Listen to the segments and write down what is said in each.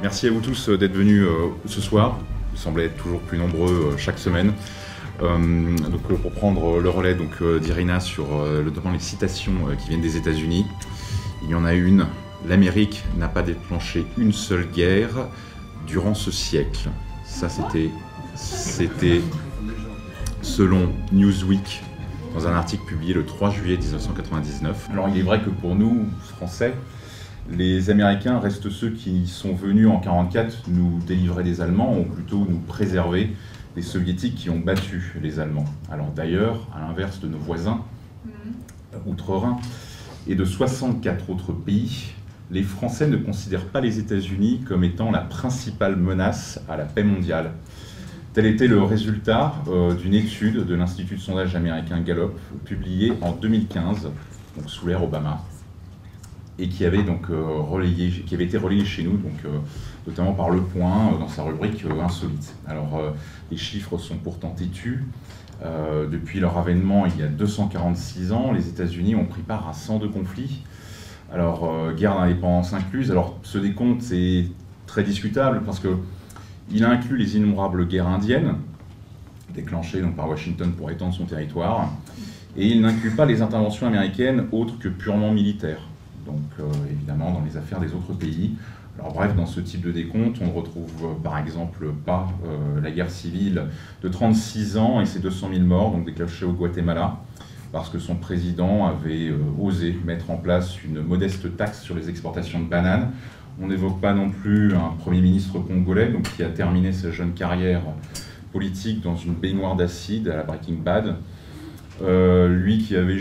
Merci à vous tous d'être venus ce soir. Vous semblez être toujours plus nombreux chaque semaine. Pour prendre le relais d'Irina sur notamment les citations qui viennent des États-Unis, il y en a une. L'Amérique n'a pas déclenché une seule guerre durant ce siècle. Ça, c'était selon Newsweek, dans un article publié le 3 juillet 1999. Alors, il est vrai que pour nous, Français, les Américains restent ceux qui sont venus en 1944 nous délivrer des Allemands, ou plutôt nous préserver des Soviétiques qui ont battu les Allemands. Alors d'ailleurs, à l'inverse de nos voisins, outre-Rhin, et de 64 autres pays, les Français ne considèrent pas les États-Unis comme étant la principale menace à la paix mondiale. Tel était le résultat d'une étude de l'Institut de sondage américain Gallup, publiée en 2015, donc sous l'ère Obama, et qui avait été relayé chez nous, notamment par Le Point, dans sa rubrique Insolite. Alors, les chiffres sont pourtant têtus. Depuis leur avènement, il y a 246 ans, les États-Unis ont pris part à 102 conflits. Alors, guerre d'indépendance incluse. Alors, ce décompte est très discutable parce qu'il inclut les innombrables guerres indiennes, déclenchées par Washington pour étendre son territoire, et il n'inclut pas les interventions américaines autres que purement militaires. Donc évidemment dans les affaires des autres pays. Alors bref, dans ce type de décompte, on ne retrouve par exemple pas la guerre civile de 36 ans et ses 200 000 morts, donc déclenchée au Guatemala, parce que son président avait osé mettre en place une modeste taxe sur les exportations de bananes. On n'évoque pas non plus un Premier ministre congolais qui a terminé sa jeune carrière politique dans une baignoire d'acide à la Breaking Bad, lui qui avait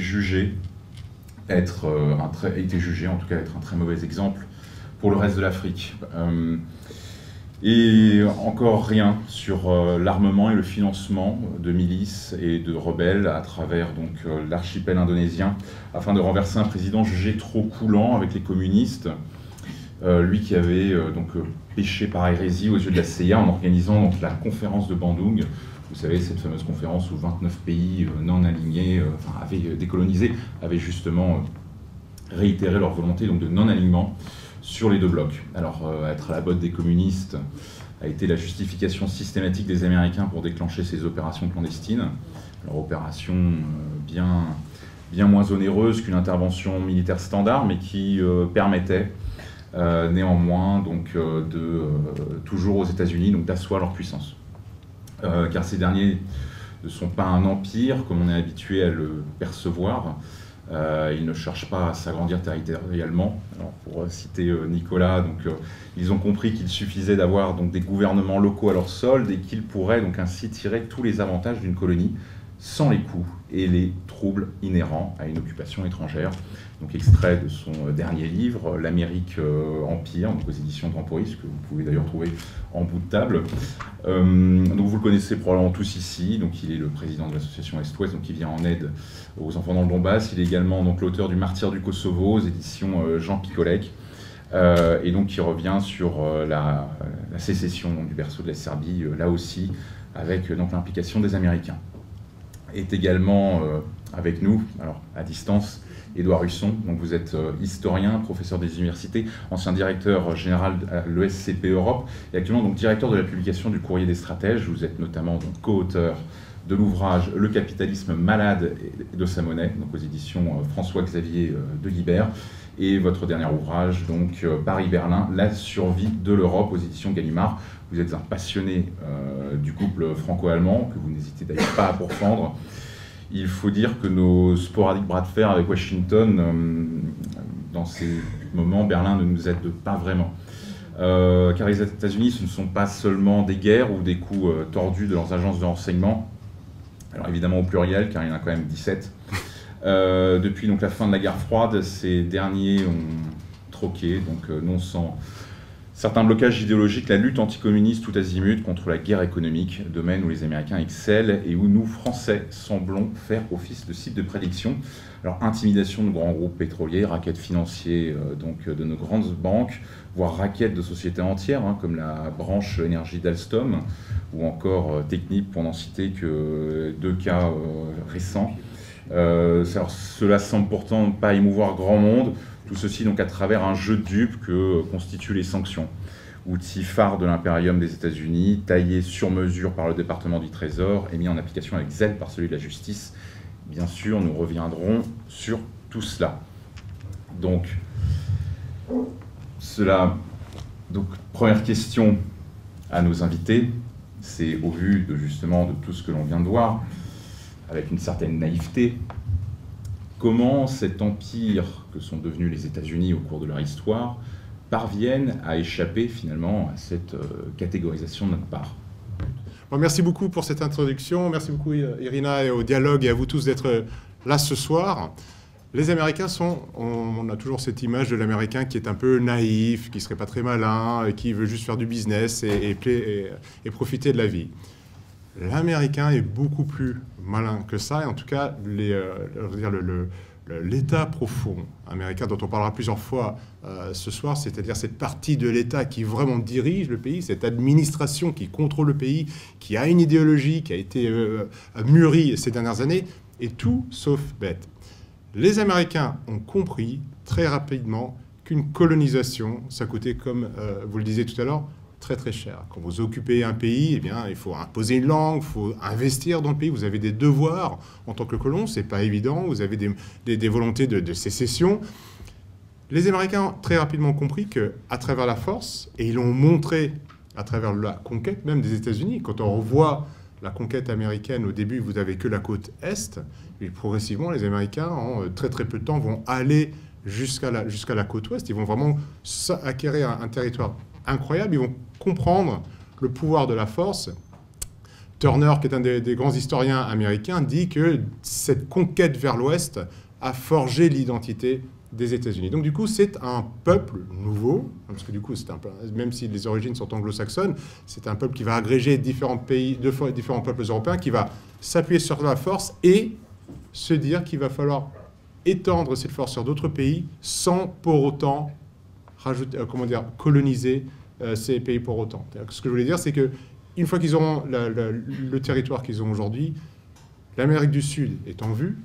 été jugé en tout cas être un très mauvais exemple pour le reste de l'Afrique. Et encore rien sur l'armement et le financement de milices et de rebelles à travers l'archipel indonésien afin de renverser un président jugé trop coulant avec les communistes, lui qui avait péché par hérésie aux yeux de la CIA en organisant la conférence de Bandung. Vous savez, cette fameuse conférence où 29 pays non alignés, décolonisés, avaient justement réitéré leur volonté de non-alignement sur les deux blocs. Alors, être à la botte des communistes a été la justification systématique des Américains pour déclencher ces opérations clandestines. Alors, opérations bien moins onéreuses qu'une intervention militaire standard, mais qui permettaient néanmoins toujours aux États-Unis d'asseoir leur puissance. Car ces derniers ne sont pas un empire comme on est habitué à le percevoir. Ils ne cherchent pas à s'agrandir territorialement. Alors, pour citer Nicolas, ils ont compris qu'il suffisait d'avoir des gouvernements locaux à leur solde et qu'ils pourraient ainsi tirer tous les avantages d'une colonie sans les coûts et les troubles inhérents à une occupation étrangère. Extrait de son dernier livre, L'Amérique Empire, aux éditions de Temporis, que vous pouvez d'ailleurs trouver en bout de table. Vous le connaissez probablement tous ici. Il est le président de l'association Est-Ouest, qui vient en aide aux enfants dans le Donbass. Il est également l'auteur du Martyr du Kosovo, aux éditions Jean Picolec, et qui revient sur la sécession du berceau de la Serbie, là aussi, avec l'implication des Américains. Est également avec nous, alors à distance, Édouard Husson. Vous êtes historien, professeur des universités, ancien directeur général à l'ESCP Europe et actuellement directeur de la publication du Courrier des stratèges. Vous êtes notamment co-auteur de l'ouvrage Le capitalisme malade de sa monnaie, aux éditions François-Xavier de Guibert, et votre dernier ouvrage, Paris-Berlin, la survie de l'Europe, aux éditions Gallimard. Vous êtes un passionné du couple franco-allemand, que vous n'hésitez d'ailleurs pas à pourfendre. Il faut dire que nos sporadiques bras de fer avec Washington, dans ces moments, Berlin ne nous aide pas vraiment. Car les États-Unis, ce ne sont pas seulement des guerres ou des coups tordus de leurs agences de renseignement, alors évidemment au pluriel, car il y en a quand même 17. Depuis la fin de la guerre froide, ces derniers ont troqué, non sans certains blocages idéologiques, la lutte anticommuniste tout azimut contre la guerre économique, domaine où les Américains excellent et où nous, Français, semblons faire office de cible de prédiction. Alors, intimidation de grands groupes pétroliers, raquettes financiers de nos grandes banques, voire raquettes de sociétés entières, comme la branche énergie d'Alstom, ou encore Technip, pour n'en citer que deux cas récents. Cela semble pourtant pas émouvoir grand monde. Tout ceci à travers un jeu de dupes que constituent les sanctions. outil phare de l'impérium des États-Unis, taillé sur mesure par le département du Trésor et mis en application avec zèle par celui de la justice. Bien sûr, nous reviendrons sur tout cela. Donc, première question à nos invités, c'est au vu justement de tout ce que l'on vient de voir, avec une certaine naïveté, comment cet empire que sont devenus les États-Unis au cours de leur histoire parviennent à échapper finalement à cette catégorisation de notre part. Bon, merci beaucoup pour cette introduction, merci beaucoup Irina et au dialogue et à vous tous d'être là ce soir. Les Américains on a toujours cette image de l'Américain qui est un peu naïf, qui ne serait pas très malin, qui veut juste faire du business et profiter de la vie. L'Américain est beaucoup plus malin que ça, et en tout cas, l'État profond américain, dont on parlera plusieurs fois ce soir, c'est-à-dire cette partie de l'État qui vraiment dirige le pays, cette administration qui contrôle le pays, qui a une idéologie, qui a été mûrie ces dernières années, est tout sauf bête. Les Américains ont compris très rapidement qu'une colonisation, ça coûtait, comme vous le disiez tout à l'heure, très très cher. Quand vous occupez un pays, eh bien, il faut imposer une langue, il faut investir dans le pays, vous avez des devoirs en tant que colon, c'est pas évident, vous avez des volontés de sécession. Les Américains ont très rapidement compris qu'à travers la force, et ils l'ont montré à travers la conquête même des États-Unis, quand on revoit la conquête américaine, au début, vous n'avez que la côte Est, et progressivement, les Américains, en très très peu de temps, vont aller jusqu'à la côte Ouest, ils vont vraiment acquérir un territoire incroyable, ils vont comprendre le pouvoir de la force. Turner, qui est un des grands historiens américains, dit que cette conquête vers l'Ouest a forgé l'identité des États-Unis. Donc du coup, c'est un peuple nouveau, parce que du coup, même si les origines sont anglo-saxonnes, c'est un peuple qui va agréger différents pays, différents peuples européens, qui va s'appuyer sur la force et se dire qu'il va falloir étendre cette force sur d'autres pays sans pour autant coloniser ces pays pour autant. Ce que je voulais dire, c'est qu'une fois qu'ils auront le territoire qu'ils ont aujourd'hui, l'Amérique du Sud est en vue,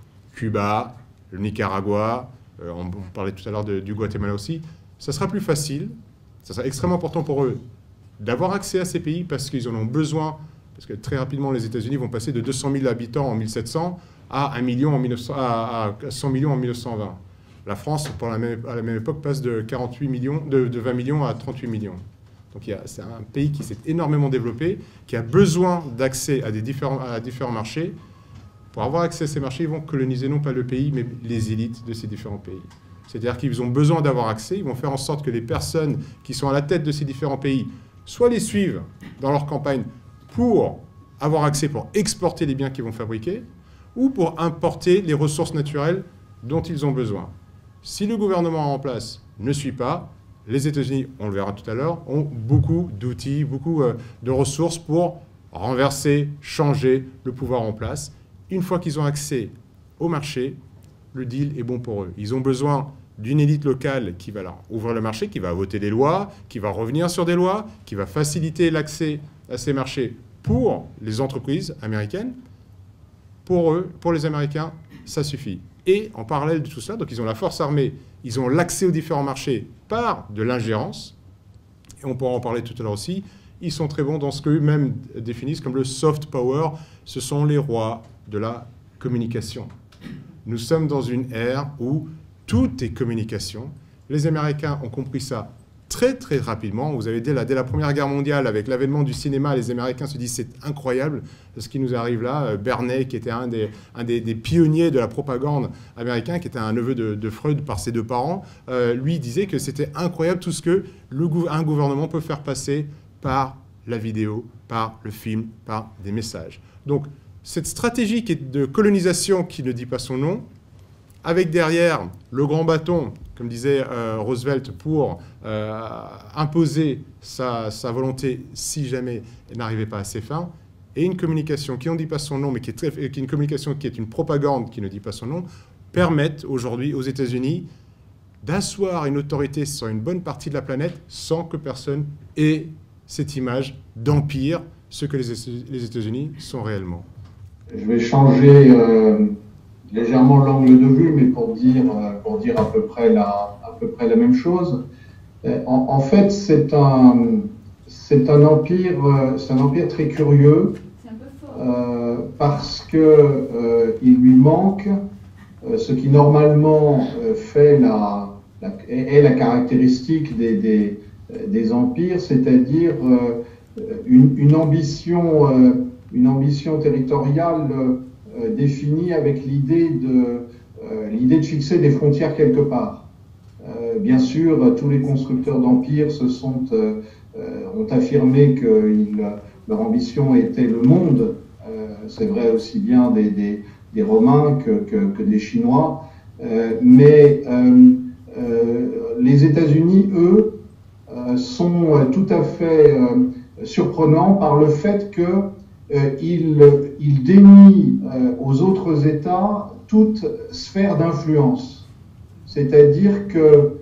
Cuba, le Nicaragua, on parlait tout à l'heure du Guatemala aussi, ça sera plus facile, ça sera extrêmement important pour eux d'avoir accès à ces pays parce qu'ils en ont besoin, parce que très rapidement les États-Unis vont passer de 200 000 habitants en 1700 à 1 million à 100 millions en 1920. La France, à la même époque, passe de 48 millions, de 20 millions à 38 millions. Donc c'est un pays qui s'est énormément développé, qui a besoin d'accès à différents marchés. Pour avoir accès à ces marchés, ils vont coloniser non pas le pays, mais les élites de ces différents pays. C'est-à-dire qu'ils ont besoin d'avoir accès, ils vont faire en sorte que les personnes qui sont à la tête de ces différents pays soit les suivent dans leur campagne pour avoir accès, pour exporter les biens qu'ils vont fabriquer, ou pour importer les ressources naturelles dont ils ont besoin. Si le gouvernement en place ne suit pas, les États-Unis, on le verra tout à l'heure, ont beaucoup d'outils, beaucoup de ressources pour renverser, changer le pouvoir en place. Une fois qu'ils ont accès au marché, le deal est bon pour eux. Ils ont besoin d'une élite locale qui va leur ouvrir le marché, qui va voter des lois, qui va revenir sur des lois, qui va faciliter l'accès à ces marchés pour les entreprises américaines. Pour eux, pour les Américains, ça suffit. Et en parallèle de tout cela, donc ils ont la force armée, ils ont l'accès aux différents marchés par de l'ingérence, et on pourra en parler tout à l'heure aussi, ils sont très bons dans ce qu'eux-mêmes définissent comme le soft power, ce sont les rois de la communication. Nous sommes dans une ère où tout est communication. Les Américains ont compris ça très très rapidement. Vous avez dès la Première Guerre mondiale, avec l'avènement du cinéma, les Américains se disent c'est incroyable ce qui nous arrive là. Bernet, qui était un des pionniers de la propagande américaine, qui était un neveu de Freud par ses deux parents, lui disait que c'était incroyable tout ce que un gouvernement peut faire passer par la vidéo, par le film, par des messages. Donc cette stratégie de colonisation qui ne dit pas son nom, avec derrière le grand bâton, comme disait Roosevelt, pour imposer sa volonté si jamais elle n'arrivait pas à ses fins, et une communication qui n'en dit pas son nom, mais qui est une communication qui est une propagande qui ne dit pas son nom, permettent aujourd'hui aux États-Unis d'asseoir une autorité sur une bonne partie de la planète sans que personne ait cette image d'empire, ce que les États-Unis sont réellement. Je vais changer légèrement l'angle de vue, mais pour dire à peu près la même chose. En fait, c'est un empire très curieux parce que il lui manque ce qui normalement est la caractéristique des empires, c'est-à-dire une ambition territoriale définie avec l'idée de fixer des frontières quelque part. Bien sûr, tous les constructeurs d'empires ont affirmé que leur ambition était le monde. C'est vrai aussi bien des Romains que des Chinois. Mais les États-Unis, eux, sont tout à fait surprenants par le fait qu'ils dénient aux autres États toute sphère d'influence. C'est-à-dire que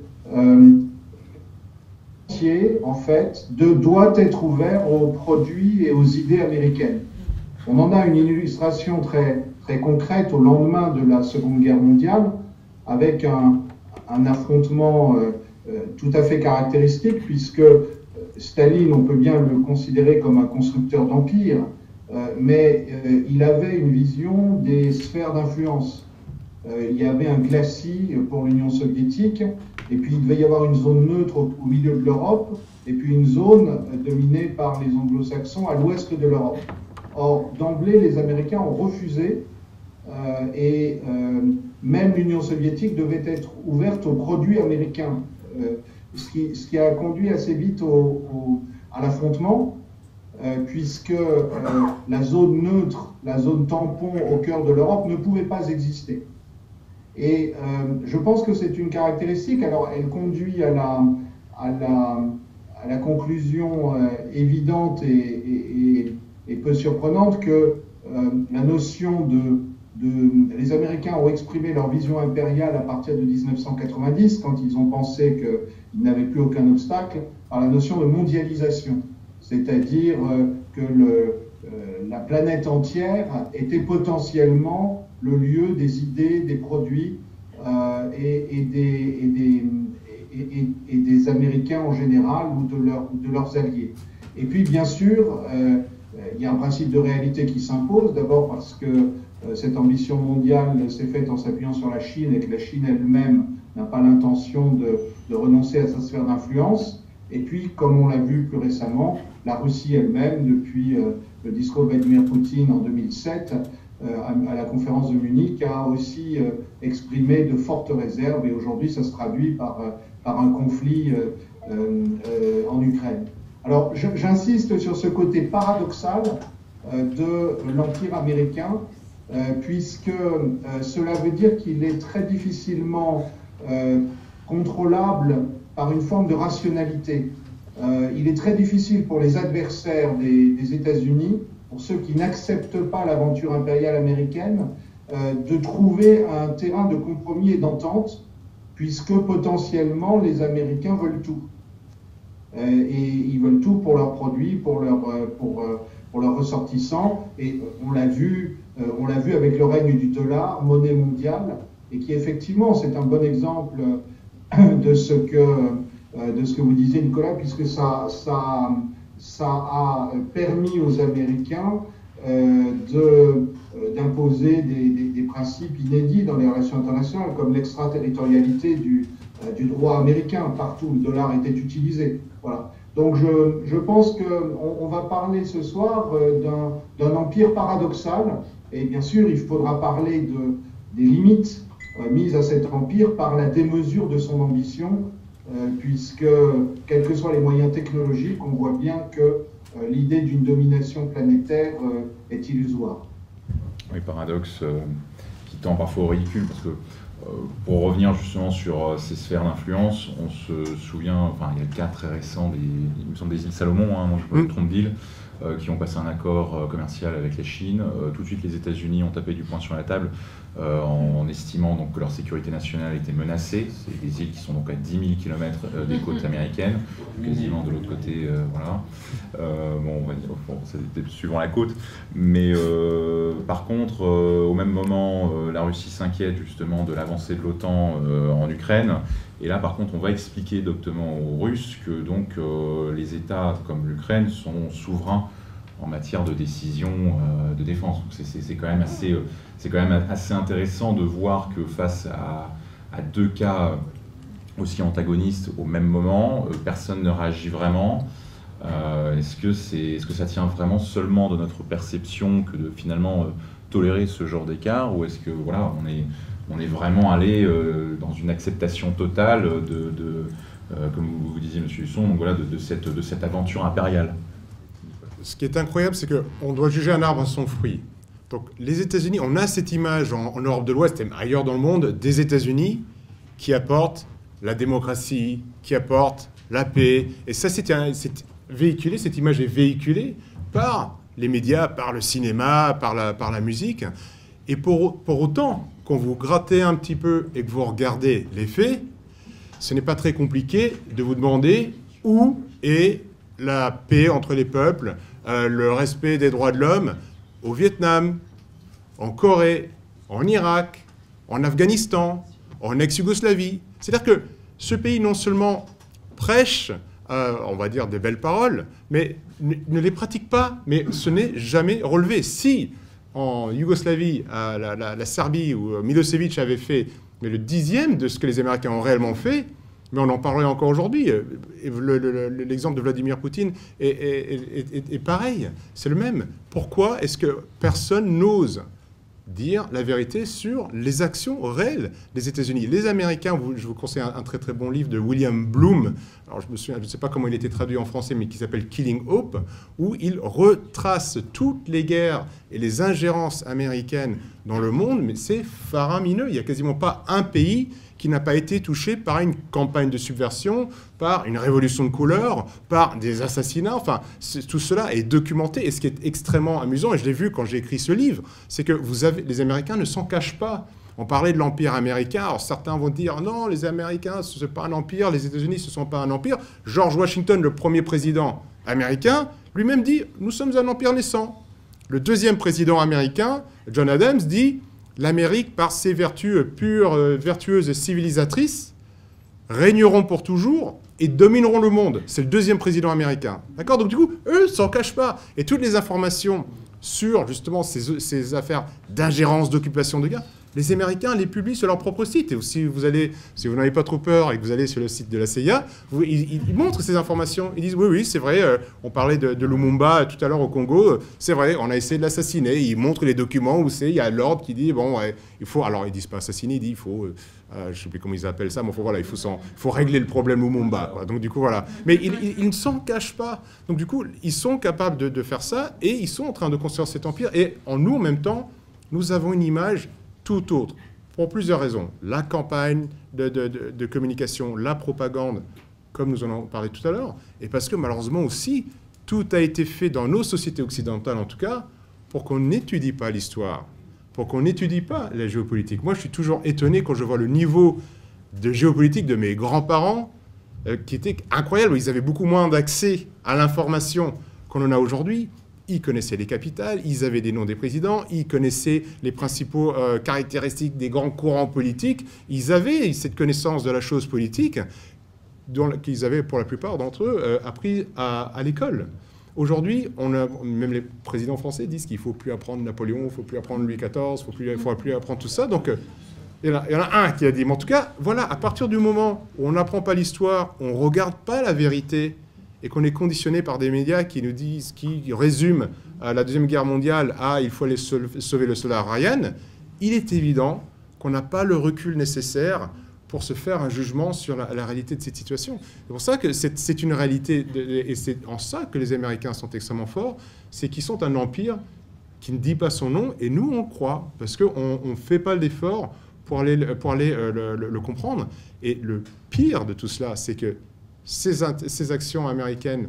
en fait, doit être ouvert aux produits et aux idées américaines. On en a une illustration très, très concrète au lendemain de la Seconde Guerre mondiale, avec un affrontement tout à fait caractéristique, puisque Staline, on peut bien le considérer comme un constructeur d'empire, mais il avait une vision des sphères d'influence. Il y avait un glacis pour l'Union soviétique, et puis il devait y avoir une zone neutre au milieu de l'Europe, et puis une zone dominée par les anglo-saxons à l'ouest de l'Europe. Or, d'emblée, les Américains ont refusé, et même l'Union soviétique devait être ouverte aux produits américains, ce qui a conduit assez vite à l'affrontement, puisque la zone neutre, la zone tampon au cœur de l'Europe ne pouvait pas exister. Et je pense que c'est une caractéristique, alors elle conduit à la conclusion évidente et peu surprenante que la notion les Américains ont exprimé leur vision impériale à partir de 1990, quand ils ont pensé qu'ils n'avaient plus aucun obstacle, par la notion de mondialisation. C'est-à-dire que la planète entière était potentiellement le lieu des idées, des produits et des Américains en général ou de leurs alliés. Et puis, bien sûr, il y a un principe de réalité qui s'impose, d'abord parce que cette ambition mondiale s'est faite en s'appuyant sur la Chine et que la Chine elle-même n'a pas l'intention de renoncer à sa sphère d'influence. Et puis, comme on l'a vu plus récemment, la Russie elle-même, depuis le discours de Vladimir Poutine en 2007, à la conférence de Munich, a aussi exprimé de fortes réserves, et aujourd'hui ça se traduit par un conflit en Ukraine. Alors j'insiste sur ce côté paradoxal de l'Empire américain, puisque cela veut dire qu'il est très difficilement contrôlable par une forme de rationalité. Il est très difficile pour les adversaires des États-Unis, pour ceux qui n'acceptent pas l'aventure impériale américaine, de trouver un terrain de compromis et d'entente, puisque potentiellement les Américains veulent tout. Et ils veulent tout pour leurs produits, pour leurs ressortissants. Et on l'a vu avec le règne du dollar, monnaie mondiale, et qui effectivement, c'est un bon exemple de ce que vous disiez, Nicolas, puisque ça a permis aux Américains d'imposer des principes inédits dans les relations internationales, comme l'extraterritorialité du droit américain. Partout où le dollar était utilisé. Voilà. Donc je pense qu'on va parler ce soir d'un empire paradoxal, et bien sûr il faudra parler des limites mises à cet empire par la démesure de son ambition, puisque, quels que soient les moyens technologiques, on voit bien que l'idée d'une domination planétaire est illusoire. Oui, paradoxe qui tend parfois au ridicule, parce que pour revenir justement sur ces sphères d'influence, on se souvient, il y a le cas très récent il me semble des îles Salomon, moi je me trompe d'île, qui ont passé un accord commercial avec la Chine. Tout de suite, les États-Unis ont tapé du poing sur la table en estimant donc que leur sécurité nationale était menacée. C'est des îles qui sont donc à 10 000 km des côtes américaines, quasiment de l'autre côté, voilà. Bon, on va dire, bon, c'était suivant la côte. Mais par contre, au même moment, la Russie s'inquiète justement de l'avancée de l'OTAN en Ukraine. Et là, par contre, on va expliquer doctement aux Russes que donc, les États comme l'Ukraine sont souverains en matière de décision de défense. C'est quand même assez intéressant de voir que face à deux cas aussi antagonistes au même moment, personne ne réagit vraiment. Est-ce que ça tient vraiment seulement de notre perception que de finalement tolérer ce genre d'écart, ou est-ce que voilà, on est vraiment allé dans une acceptation totale comme vous disiez, M. Husson, donc voilà, de cette aventure impériale? Ce qui est incroyable, c'est qu'on doit juger un arbre à son fruit. Donc les États-Unis, on a cette image en Europe de l'Ouest et ailleurs dans le monde des États-Unis qui apportent la démocratie, qui apportent la paix. Et ça, c'est véhiculé, cette image est véhiculée par les médias, par le cinéma, par la musique. Et pour autant, quand vous grattez un petit peu et que vous regardez les faits, ce n'est pas très compliqué de vous demander où est la paix entre les peuples, le respect des droits de l'homme au Vietnam, en Corée, en Irak, en Afghanistan, en ex-Yougoslavie. C'est-à-dire que ce pays non seulement prêche, on va dire, des belles paroles, mais ne les pratique pas, mais ce n'est jamais relevé. Si en Yougoslavie, la Serbie, où Milosevic avait fait mais le 10e de ce que les Américains ont réellement fait, mais on en parlerait encore aujourd'hui. L'exemple de Vladimir Poutine est pareil, c'est le même. Pourquoi est-ce que personne n'ose dire la vérité sur les actions réelles des États-Unis? Les Américains, je vous conseille un très très bon livre de William Bloom, alors je ne sais pas comment il a été traduit en français, mais qui s'appelle Killing Hope, où il retrace toutes les guerres et les ingérences américaines dans le monde, mais c'est faramineux. Il n'y a quasiment pas un pays qui n'a pas été touché par une campagne de subversion, par une révolution de couleur, par des assassinats. Enfin, tout cela est documenté. Et ce qui est extrêmement amusant, et je l'ai vu quand j'ai écrit ce livre, c'est que les Américains ne s'en cachent pas. On parlait de l'Empire américain. Alors certains vont dire non, les Américains, ce n'est pas un empire, les États-Unis, ce ne sont pas un empire. George Washington, le premier président américain, lui-même dit nous sommes un empire naissant. Le deuxième président américain, John Adams, dit l'Amérique, par ses vertus pures, vertueuses et civilisatrices, régneront pour toujours et domineront le monde. C'est le deuxième président américain. D'accord? Donc du coup, eux ne s'en cachent pas. Et toutes les informations sur justement ces affaires d'ingérence, d'occupation de guerre, les Américains les publient sur leur propre site. Et si vous n'avez pas trop peur et que vous allez sur le site de la CIA, ils montrent ces informations. Ils disent oui, c'est vrai, on parlait de Lumumba tout à l'heure au Congo, c'est vrai, on a essayé de l'assassiner. Ils montrent les documents où il y a l'ordre qui dit, bon, ouais, il faut, alors ils disent pas assassiner, ils disent, il faut, je ne sais plus comment ils appellent ça, mais voilà, il faut régler le problème Lumumba. Donc du coup, voilà. Mais ils ne s'en cachent pas. Donc du coup, ils sont capables de faire ça et ils sont en train de construire cet empire. Et nous, en même temps, nous avons une image tout autre, pour plusieurs raisons. La campagne de communication, la propagande, comme nous en avons parlé tout à l'heure, et parce que malheureusement aussi, tout a été fait dans nos sociétés occidentales, en tout cas, pour qu'on n'étudie pas l'histoire, pour qu'on n'étudie pas la géopolitique. Moi, je suis toujours étonné quand je vois le niveau de géopolitique de mes grands-parents, qui était incroyable. Ils avaient beaucoup moins d'accès à l'information qu'on en a aujourd'hui. Ils connaissaient les capitales, ils avaient des noms des présidents, ils connaissaient les principaux caractéristiques des grands courants politiques, ils avaient cette connaissance de la chose politique qu'ils avaient, pour la plupart d'entre eux, appris à l'école. Aujourd'hui, même les présidents français disent qu'il ne faut plus apprendre Napoléon, il ne faut plus apprendre Louis XIV, il ne faut plus apprendre tout ça. Donc, il y en a un qui a dit, mais en tout cas, voilà, à partir du moment où on n'apprend pas l'histoire, on ne regarde pas la vérité, et qu'on est conditionné par des médias qui nous disent, qui résument la Deuxième Guerre mondiale à « il faut aller sauver le soldat Ryan », il est évident qu'on n'a pas le recul nécessaire pour se faire un jugement sur la réalité de cette situation. C'est pour ça que c'est une réalité, et c'est en ça que les Américains sont extrêmement forts, c'est qu'ils sont un empire qui ne dit pas son nom, et nous, on croit, parce qu'on ne fait pas l'effort pour aller le comprendre. Et le pire de tout cela, c'est que ces actions américaines,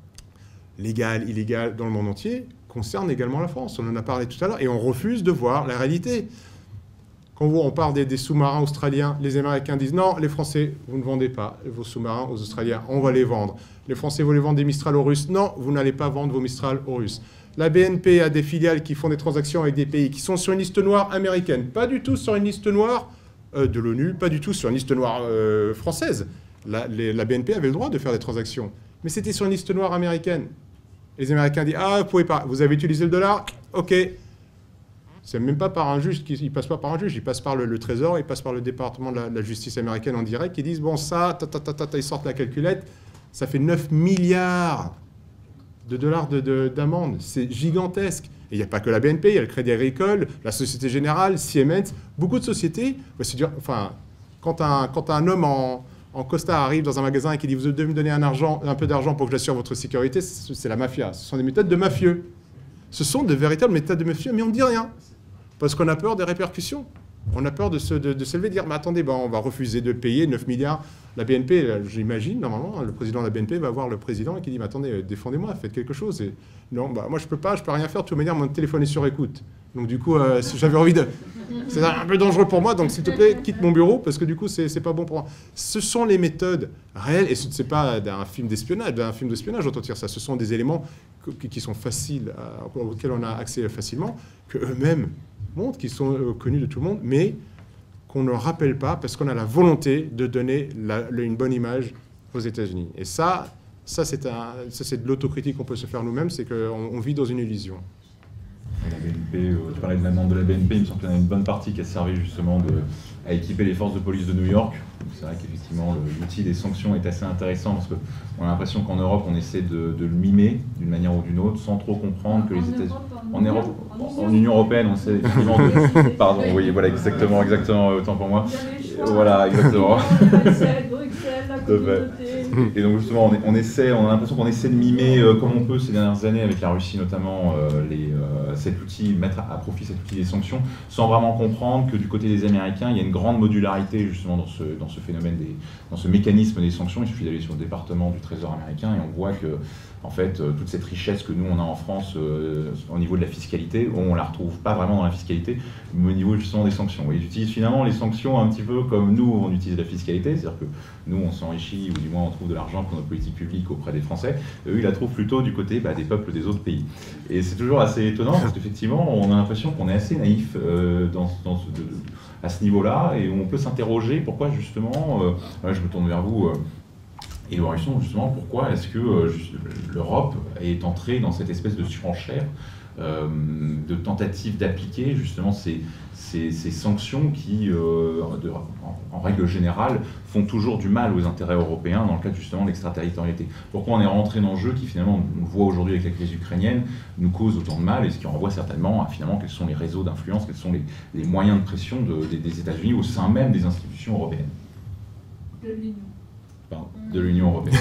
légales, illégales, dans le monde entier, concernent également la France. On en a parlé tout à l'heure, et on refuse de voir la réalité. Quand on parle des sous-marins australiens, les Américains disent non, les Français, vous ne vendez pas vos sous-marins aux Australiens, on va les vendre. Les Français vont les vendre des Mistral aux Russes, non, vous n'allez pas vendre vos Mistral aux Russes. La BNP a des filiales qui font des transactions avec des pays qui sont sur une liste noire américaine, pas du tout sur une liste noire de l'ONU, pas du tout sur une liste noire française. La BNP avait le droit de faire des transactions, mais c'était sur une liste noire américaine. Les Américains disent ah, vous pouvez pas, vous avez utilisé le dollar, ok. C'est même pas par un juge, il passe pas par un juge, il passe par le Trésor, il passe par le département de la justice américaine en direct, qui disent bon ça, ils sortent la calculette, ça fait 9 milliards de dollars d'amende, c'est gigantesque. Et il n'y a pas que la BNP, il y a le Crédit Agricole, la Société Générale, Siemens, beaucoup de sociétés. Enfin, quand un homme en costard arrive dans un magasin et qui dit vous devez me donner un peu d'argent pour que j'assure votre sécurité, c'est la mafia. Ce sont des méthodes de mafieux. Ce sont de véritables méthodes de mafieux, mais on ne dit rien. Parce qu'on a peur des répercussions. On a peur de s'élever et de dire mais attendez, on va refuser de payer 9 milliards. La BNP, j'imagine, normalement, le président de la BNP va voir le président et qui dit mais attendez, défendez-moi, faites quelque chose. Et, non, moi je peux rien faire, de toute manière, mon téléphone est sur écoute. Donc du coup, si j'avais envie de... C'est un peu dangereux pour moi, donc s'il te plaît, quitte mon bureau, parce que du coup, c'est pas bon pour moi. Ce sont les méthodes réelles, et ce n'est pas d'un film d'espionnage, j'entends dire ça. Ce sont des éléments qui sont faciles, auxquels on a accès facilement, qu'eux-mêmes montrent, qui sont connus de tout le monde, mais qu'on ne rappelle pas parce qu'on a la volonté de donner une bonne image aux États-Unis. Et ça c'est de l'autocritique qu'on peut se faire nous-mêmes, c'est qu'on vit dans une illusion. La BNP, tu parlais de l'amende de la BNP, il me semble qu'il y en a une bonne partie qui a servi justement à équiper les forces de police de New York. C'est vrai qu'effectivement l'outil des sanctions est assez intéressant parce qu'on a l'impression qu'en Europe on essaie de le mimer d'une manière ou d'une autre sans trop comprendre que les États-Unis... En Union Européenne, on essaie effectivement de... Pardon, oui, voilà, exactement, autant pour moi. Voilà, exactement. Et donc justement, on a l'impression qu'on essaie de mimer comme on peut ces dernières années avec la Russie notamment cet outil, mettre à profit cet outil des sanctions, sans vraiment comprendre que du côté des Américains, il y a une grande modularité justement dans ce phénomène, dans ce mécanisme des sanctions. Il suffit d'aller sur le département du Trésor américain et on voit que en fait, toute cette richesse que nous, on a en France au niveau de la fiscalité, on ne la retrouve pas vraiment dans la fiscalité, mais au niveau justement des sanctions. Ils utilisent finalement les sanctions un petit peu comme nous, on utilise la fiscalité, c'est-à-dire que nous, on s'enrichit, ou du moins on trouve de l'argent pour notre politique publique auprès des Français. Eux, ils la trouvent plutôt du côté des peuples des autres pays. Et c'est toujours assez étonnant, parce qu'effectivement, on a l'impression qu'on est assez naïf à ce niveau-là, et on peut s'interroger pourquoi justement, je me tourne vers vous, et justement, pourquoi est-ce que l'Europe est entrée dans cette espèce de surenchère, de tentative d'appliquer justement ces sanctions qui, en règle générale, font toujours du mal aux intérêts européens dans le cadre justement de l'extraterritorialité. Pourquoi on est rentré dans le jeu qui finalement, on le voit aujourd'hui avec la crise ukrainienne, nous cause autant de mal et ce qui renvoie certainement à finalement quels sont les réseaux d'influence, quels sont les moyens de pression des États-Unis au sein même des institutions européennes. De l'Union européenne.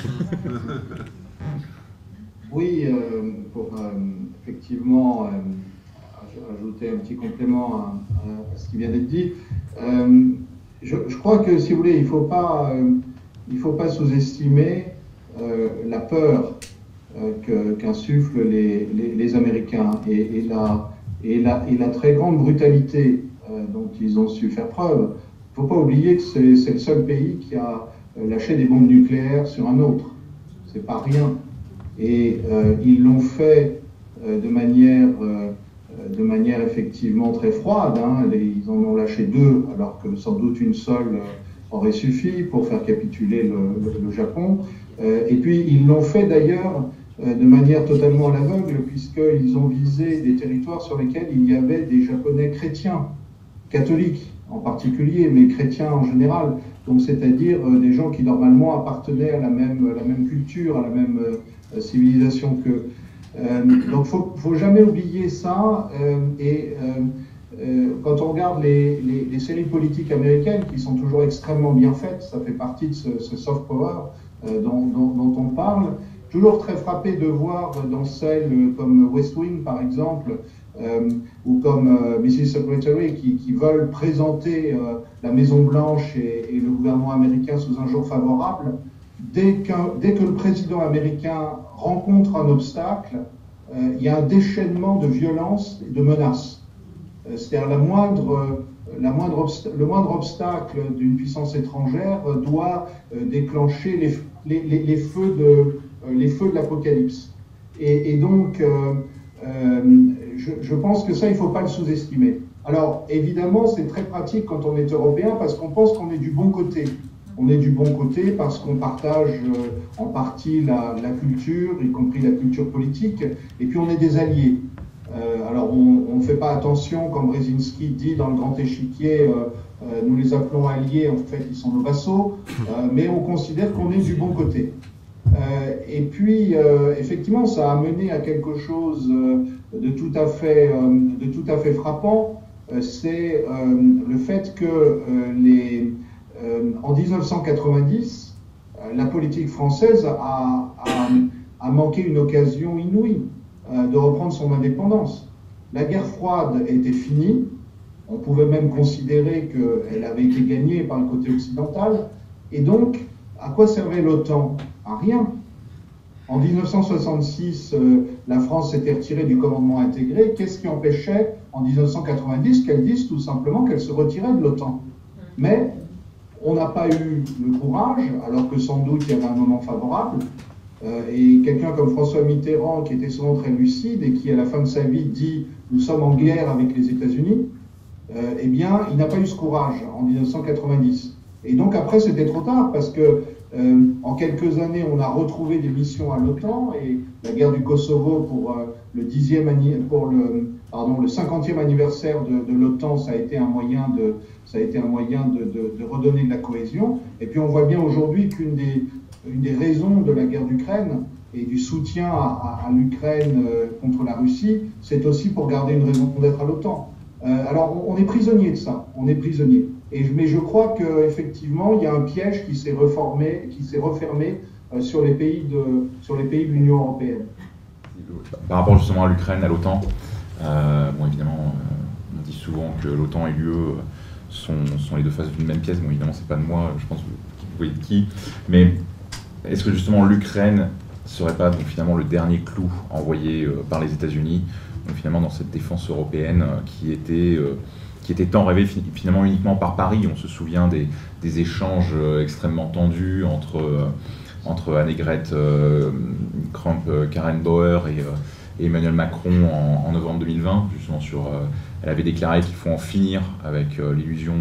Oui, pour effectivement ajouter un petit complément à ce qui vient d'être dit, je crois que, si vous voulez, il ne faut pas sous-estimer la peur qu'insufflent les Américains et la très grande brutalité dont ils ont su faire preuve. Il ne faut pas oublier que c'est le seul pays qui a lâché des bombes nucléaires sur un autre. C'est pas rien. Et ils l'ont fait de manière effectivement très froide. Ils en ont lâché 2, alors que sans doute une seule aurait suffi pour faire capituler le Japon. Et puis ils l'ont fait d'ailleurs de manière totalement à l'aveugle, puisqu'ils ont visé des territoires sur lesquels il y avait des Japonais chrétiens, catholiques en particulier, mais chrétiens en général. Donc c'est-à-dire des gens qui normalement appartenaient à la même culture, à la même civilisation qu'eux. Donc faut jamais oublier ça. Quand on regarde les séries politiques américaines, qui sont toujours extrêmement bien faites, ça fait partie de ce soft power dont on parle. Toujours très frappé de voir dans celles comme West Wing, par exemple, ou comme Mrs. Secretary, qui veulent présenter la Maison-Blanche et le gouvernement américain sous un jour favorable. Dès que le président américain rencontre un obstacle, il y a un déchaînement de violence et de menaces. C'est-à-dire la moindre le moindre obstacle d'une puissance étrangère doit déclencher les feux de l'apocalypse. Et donc, je pense que ça, il ne faut pas le sous-estimer. Alors, évidemment, c'est très pratique quand on est européen parce qu'on pense qu'on est du bon côté. On est du bon côté parce qu'on partage en partie la culture, y compris la culture politique, et puis on est des alliés. Alors, on ne fait pas attention, comme Brzezinski dit dans le Grand Échiquier, nous les appelons alliés, en fait, ils sont nos vassaux, mais on considère qu'on est du bon côté. Et puis, effectivement, ça a mené à quelque chose de tout à fait frappant, c'est le fait que en 1990, la politique française a manqué une occasion inouïe de reprendre son indépendance. La guerre froide était finie, on pouvait même considérer qu'elle avait été gagnée par le côté occidental, et donc, à quoi servait l'OTAN? À rien. En 1966, la France s'était retirée du commandement intégré. Qu'est-ce qui empêchait, en 1990, qu'elle dise tout simplement qu'elle se retirait de l'OTAN? Mais on n'a pas eu le courage, alors que sans doute il y avait un moment favorable. Et quelqu'un comme François Mitterrand, qui était souvent très lucide et qui, à la fin de sa vie, dit « nous sommes en guerre avec les États-Unis », eh bien, il n'a pas eu ce courage en 1990. Et donc après, c'était trop tard, parce que en quelques années, on a retrouvé des missions à l'OTAN, et la guerre du Kosovo pour le 50e anniversaire de l'OTAN, ça a été un moyen de redonner de la cohésion. Et puis on voit bien aujourd'hui qu'une des raisons de la guerre d'Ukraine et du soutien à l'Ukraine contre la Russie, c'est aussi pour garder une raison d'être à l'OTAN. Alors on est prisonnier de ça, on est prisonnier. Mais je crois qu'effectivement, il y a un piège qui s'est refermé sur les pays de l'Union européenne. Par rapport justement à l'Ukraine, à l'OTAN, bon, évidemment, on dit souvent que l'OTAN et l'UE sont les deux faces d'une même pièce. Bon, évidemment, c'est pas de moi, je pense que vous voyez de qui. Mais est-ce que justement l'Ukraine serait pas donc, finalement le dernier clou envoyé par les États-Unis, donc finalement dans cette défense européenne qui était tant rêvée finalement uniquement par Paris? On se souvient des échanges extrêmement tendus entre Annegret Kramp-Karrenbauer et Emmanuel Macron en novembre 2020, justement elle avait déclaré qu'il faut en finir avec l'illusion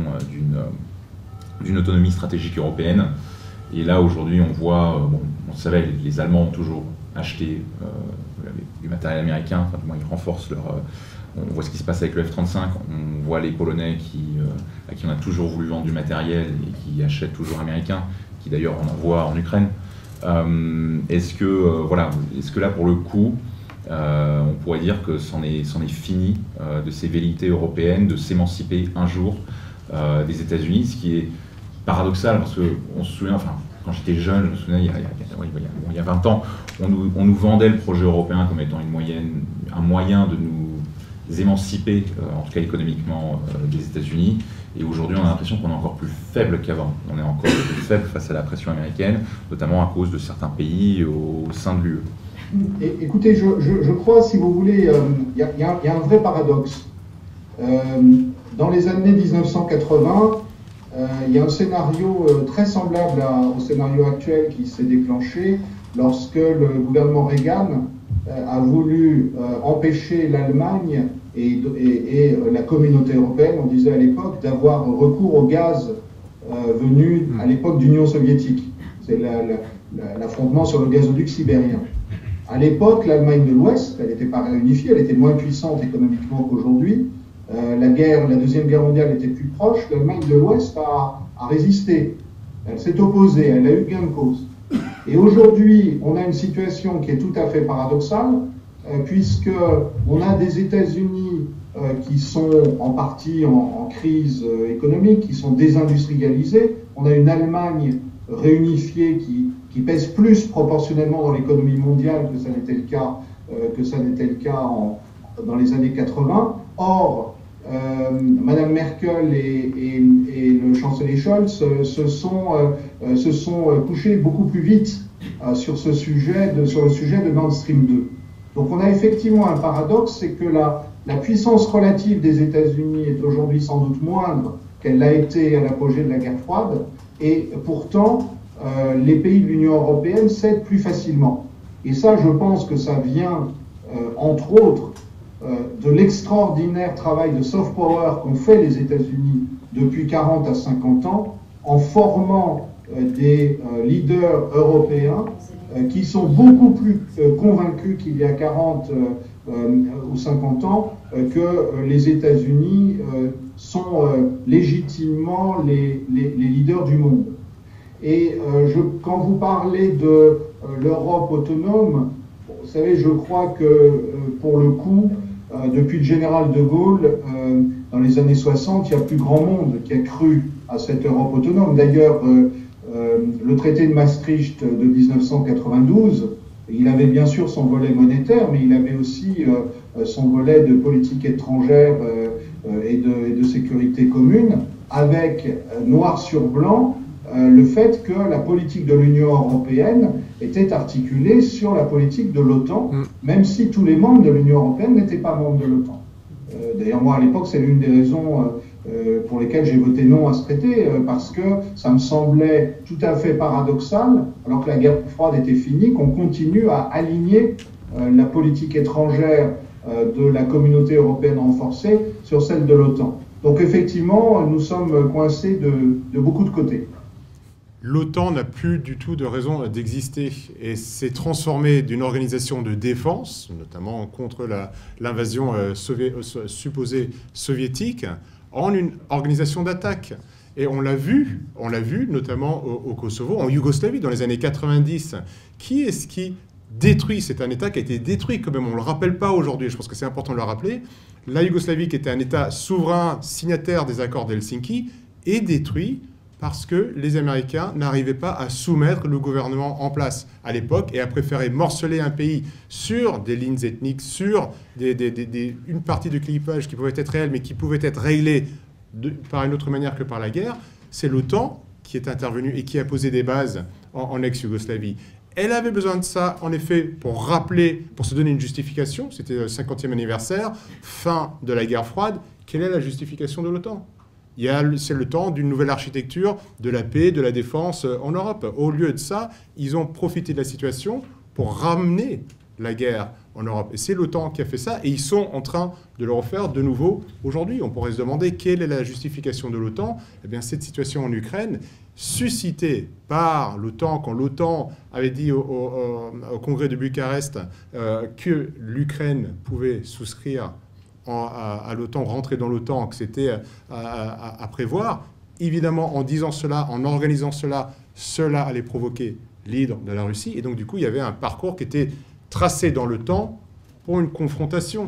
d'une autonomie stratégique européenne. Et là, aujourd'hui, on voit, on savait, les Allemands ont toujours acheté du matériel américain, enfin, du moins ils renforcent on voit ce qui se passe avec le F-35, on voit les Polonais à qui on a toujours voulu vendre du matériel et qui achètent toujours américain, qui d'ailleurs en envoient en Ukraine. Est-ce que là, pour le coup, on pourrait dire que c'en est fini de ces velléités européennes de s'émanciper un jour des États-Unis, ce qui est paradoxal parce qu'on se souvient, enfin, quand j'étais jeune, je me souviens, il y a 20 ans, on nous vendait le projet européen comme étant un moyen de nous émanciper, en tout cas économiquement, des États-Unis. Et aujourd'hui, on a l'impression qu'on est encore plus faible qu'avant. On est encore plus faible face à la pression américaine, notamment à cause de certains pays au sein de l'UE. Écoutez, je crois, si vous voulez, il y a un vrai paradoxe. Dans les années 1980, il y a un scénario très semblable au scénario actuel qui s'est déclenché lorsque le gouvernement Reagan a voulu empêcher l'Allemagne et la communauté européenne, on disait à l'époque, d'avoir recours au gaz venu à l'époque d'Union soviétique. C'est l'affrontement sur le gazoduc sibérien. À l'époque, l'Allemagne de l'Ouest, elle n'était pas réunifiée, elle était moins puissante économiquement qu'aujourd'hui. La Deuxième Guerre mondiale était plus proche. L'Allemagne de l'Ouest a résisté. Elle s'est opposée, elle a eu gain de cause. Et aujourd'hui, on a une situation qui est tout à fait paradoxale, puisqu'on a des États-Unis qui sont en partie en crise économique, qui sont désindustrialisés. On a une Allemagne réunifiée qui pèse plus proportionnellement dans l'économie mondiale que ça n'était le cas dans les années 80. Or, Madame Merkel et le chancelier Scholz se sont couchés beaucoup plus vite sur le sujet de Nord Stream 2. Donc on a effectivement un paradoxe, c'est que La puissance relative des États-Unis est aujourd'hui sans doute moindre qu'elle l'a été à l'apogée de la guerre froide, et pourtant, les pays de l'Union européenne cèdent plus facilement. Et ça, je pense que ça vient, entre autres, de l'extraordinaire travail de soft power qu'ont fait les États-Unis depuis 40 à 50 ans, en formant des leaders européens qui sont beaucoup plus convaincus qu'il y a 40 ou 50 ans que les États-Unis sont légitimement les leaders du monde. Et quand vous parlez de l'Europe autonome, vous savez, je crois que pour le coup, depuis le général de Gaulle, dans les années 60, il y a plus grand monde qui a cru à cette Europe autonome. D'ailleurs, le traité de Maastricht de 1992, il avait bien sûr son volet monétaire, mais il avait aussi son volet de politique étrangère et de sécurité commune, avec noir sur blanc le fait que la politique de l'Union européenne était articulée sur la politique de l'OTAN, même si tous les membres de l'Union européenne n'étaient pas membres de l'OTAN. D'ailleurs, moi, à l'époque, c'est l'une des raisons pour lesquelles j'ai voté non à ce traité, parce que ça me semblait tout à fait paradoxal, alors que la guerre froide était finie, qu'on continue à aligner la politique étrangère de la communauté européenne renforcée sur celle de l'OTAN. Donc effectivement, nous sommes coincés de beaucoup de côtés. L'OTAN n'a plus du tout de raison d'exister et s'est transformée d'une organisation de défense, notamment contre l'invasion supposée soviétique, en une organisation d'attaque. Et on l'a vu notamment au Kosovo, en Yougoslavie, dans les années 90. Qui est-ce qui détruit? C'est un État qui a été détruit quand même, on ne le rappelle pas aujourd'hui, je pense que c'est important de le rappeler. La Yougoslavie, qui était un État souverain signataire des accords d'Helsinki, est détruit parce que les Américains n'arrivaient pas à soumettre le gouvernement en place à l'époque et a préféré morceler un pays sur des lignes ethniques, sur une partie de clivage qui pouvait être réelle, mais qui pouvait être réglée par une autre manière que par la guerre. C'est l'OTAN qui est intervenue et qui a posé des bases en ex-Yougoslavie. Elle avait besoin de ça, en effet, pour rappeler, pour se donner une justification. C'était le 50e anniversaire, fin de la guerre froide. Quelle est la justification de l'OTAN ? C'est le temps d'une nouvelle architecture de la paix, de la défense en Europe. Au lieu de ça, ils ont profité de la situation pour ramener la guerre en Europe. Et c'est l'OTAN qui a fait ça, et ils sont en train de le refaire de nouveau aujourd'hui. On pourrait se demander quelle est la justification de l'OTAN. Eh bien, cette situation en Ukraine, suscitée par l'OTAN, quand l'OTAN avait dit au congrès de Bucarest que l'Ukraine pouvait souscrire à l'OTAN, rentrer dans l'OTAN, que c'était à prévoir. Évidemment, en disant cela, en organisant cela, cela allait provoquer l'hydre de la Russie. Et donc, du coup, il y avait un parcours qui était tracé dans le temps pour une confrontation.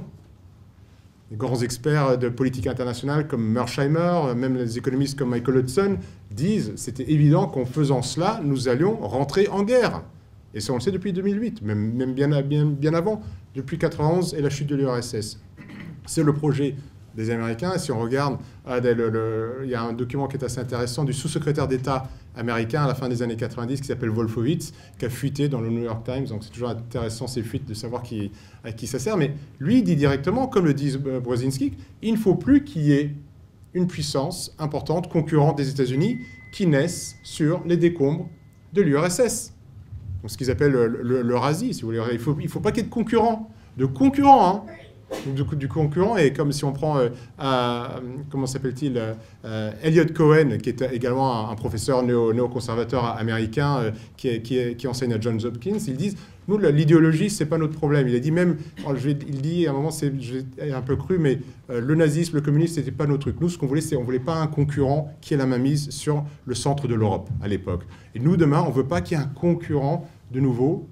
Les grands experts de politique internationale comme Mersheimer, même les économistes comme Michael Hudson, disent que c'était évident qu'en faisant cela, nous allions rentrer en guerre. Et ça, on le sait depuis 2008, même bien avant, depuis 1991 et la chute de l'URSS. C'est le projet des Américains. Et si on regarde, il y a un document qui est assez intéressant du sous-secrétaire d'État américain à la fin des années 90 qui s'appelle Wolfowitz, qui a fuité dans le New York Times. Donc c'est toujours intéressant ces fuites de savoir à qui ça sert. Mais lui, il dit directement, comme le dit Brzezinski, il ne faut plus qu'il y ait une puissance importante, concurrente des États-Unis, qui naisse sur les décombres de l'URSS. Donc ce qu'ils appellent l'Eurasie, si vous voulez. Il ne faut pas qu'il y ait de concurrents. Hein. Du concurrent, et comme si on prend, comment s'appelle-t-il, Elliot Cohen, qui est également un professeur néoconservateur américain qui enseigne à Johns Hopkins, ils disent, nous, l'idéologie, c'est pas notre problème. Il a dit même, il dit à un moment, j'ai un peu cru, mais le nazisme, le communisme, c'était pas notre truc. Nous, ce qu'on voulait, on voulait pas un concurrent qui ait la main mise sur le centre de l'Europe à l'époque. Et nous, demain, on veut pas qu'il y ait un concurrent de nouveau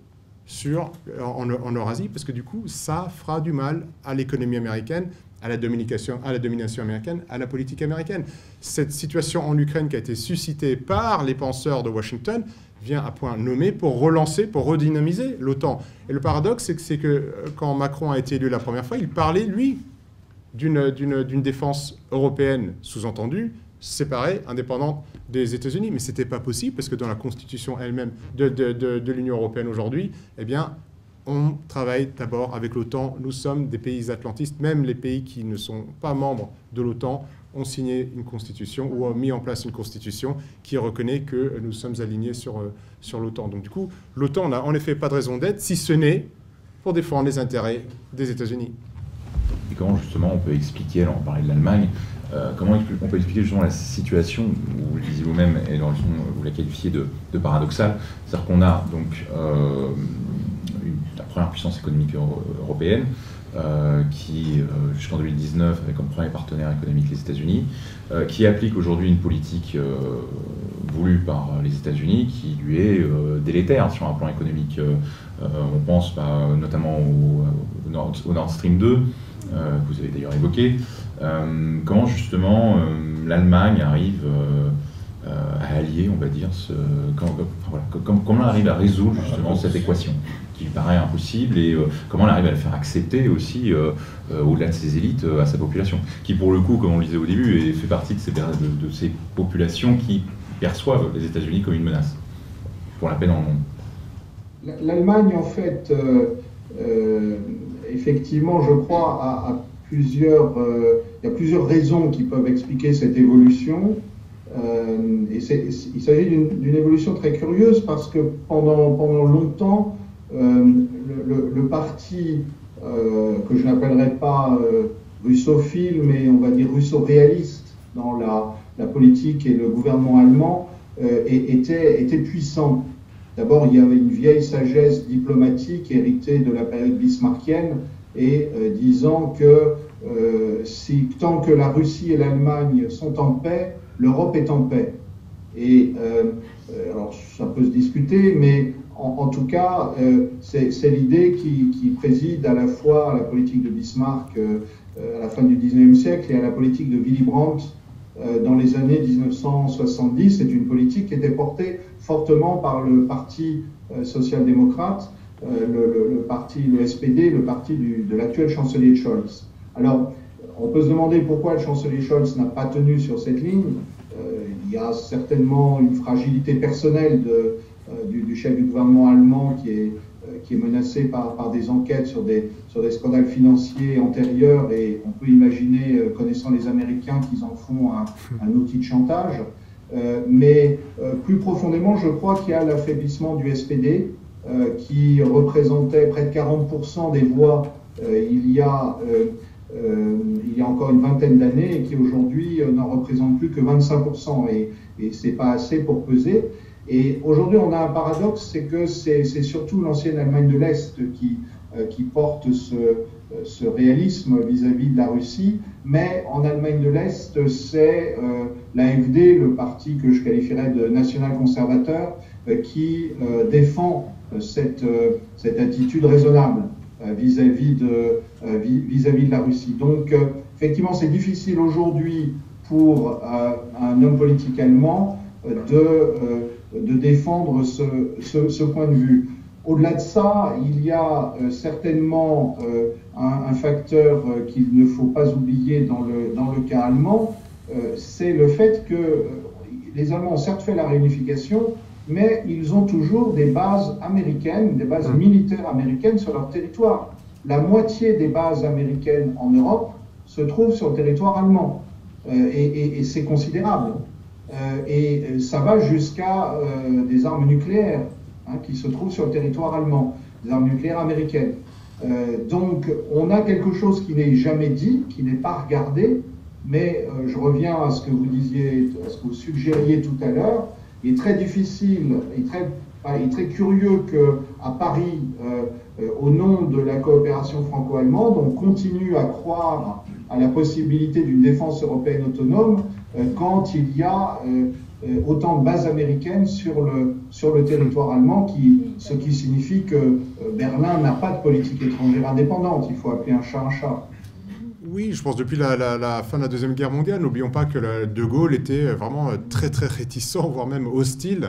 en Eurasie, parce que du coup, ça fera du mal à l'économie américaine, à la domination américaine, à la politique américaine. Cette situation en Ukraine qui a été suscitée par les penseurs de Washington vient à point nommé pour relancer, pour redynamiser l'OTAN. Et le paradoxe, c'est que quand Macron a été élu la première fois, il parlait, lui, d'une défense européenne, sous-entendue, séparée, indépendante des États-Unis. Mais ce n'était pas possible parce que dans la constitution elle-même de l'Union européenne aujourd'hui, eh bien, on travaille d'abord avec l'OTAN. Nous sommes des pays atlantistes. Même les pays qui ne sont pas membres de l'OTAN ont signé une constitution ou ont mis en place une constitution qui reconnaît que nous sommes alignés sur l'OTAN. Donc du coup, l'OTAN n'a en effet pas de raison d'être, si ce n'est pour défendre les intérêts des États-Unis. Et comment justement on peut expliquer, alors on parlait de l'Allemagne, comment on peut expliquer justement la situation, vous le disiez vous-même, et vous la qualifiez de paradoxale, c'est-à-dire qu'on a donc la première puissance économique européenne, qui, jusqu'en 2019, avait comme premier partenaire économique les États-Unis, qui applique aujourd'hui une politique voulue par les États-Unis qui lui est délétère sur un plan économique. On pense notamment au Nord Stream 2, que vous avez d'ailleurs évoqué. Comment justement l'Allemagne arrive à allier, on va dire, comment elle arrive à résoudre justement cette équation qui lui paraît impossible, et comment elle arrive à le faire accepter aussi au-delà de ses élites à sa population, qui pour le coup, comme on le disait au début, fait partie de ces populations qui perçoivent les États-Unis comme une menace pour la paix dans le monde. L'Allemagne, en fait, effectivement, je crois, il y a plusieurs raisons qui peuvent expliquer cette évolution. Il s'agit d'une évolution très curieuse parce que pendant longtemps, le parti que je n'appellerais pas russophile, mais on va dire russo-réaliste dans la politique et le gouvernement allemand était puissant. D'abord, il y avait une vieille sagesse diplomatique héritée de la période bismarckienne et disant que tant que la Russie et l'Allemagne sont en paix, l'Europe est en paix. Et alors, ça peut se discuter, mais en tout cas, c'est l'idée qui préside à la fois à la politique de Bismarck à la fin du XIXe siècle et à la politique de Willy Brandt dans les années 1970. C'est une politique qui était portée fortement par le parti social-démocrate, le SPD, le parti de l'actuel chancelier Scholz. Alors, on peut se demander pourquoi le chancelier Scholz n'a pas tenu sur cette ligne. Il y a certainement une fragilité personnelle du chef du gouvernement allemand qui est menacé par des enquêtes sur des scandales financiers antérieurs, et on peut imaginer, connaissant les Américains, qu'ils en font un outil de chantage. Mais plus profondément, je crois qu'il y a l'affaiblissement du SPD, qui représentait près de 40% des voix il y a encore une vingtaine d'années, et qui aujourd'hui n'en représente plus que 25%, et c'est pas assez pour peser. Et aujourd'hui, on a un paradoxe, c'est que c'est surtout l'ancienne Allemagne de l'Est qui porte ce réalisme vis-à-vis de la Russie, mais en Allemagne de l'Est, c'est l'AfD, le parti que je qualifierais de national-conservateur, qui défend cette attitude raisonnable vis-à-vis de la Russie. Donc, effectivement, c'est difficile aujourd'hui pour un homme politique allemand de défendre ce point de vue. Au-delà de ça, il y a certainement un facteur qu'il ne faut pas oublier dans le cas allemand, c'est le fait que les Allemands ont certes fait la réunification, mais ils ont toujours des bases américaines, des bases militaires américaines sur leur territoire. La moitié des bases américaines en Europe se trouvent sur le territoire allemand, et c'est considérable. Et ça va jusqu'à des armes nucléaires qui se trouvent sur le territoire allemand, des armes nucléaires américaines. Donc on a quelque chose qui n'est jamais dit, qui n'est pas regardé, mais je reviens à ce que vous disiez, à ce que vous suggériez tout à l'heure. Il est très difficile et très curieux qu'à Paris, au nom de la coopération franco-allemande, on continue à croire à la possibilité d'une défense européenne autonome quand il y a autant de bases américaines sur le territoire allemand, ce qui signifie que Berlin n'a pas de politique étrangère indépendante. Il faut appeler un chat un chat. Oui, je pense depuis la fin de la Deuxième Guerre mondiale, n'oublions pas que De Gaulle était vraiment très très réticent, voire même hostile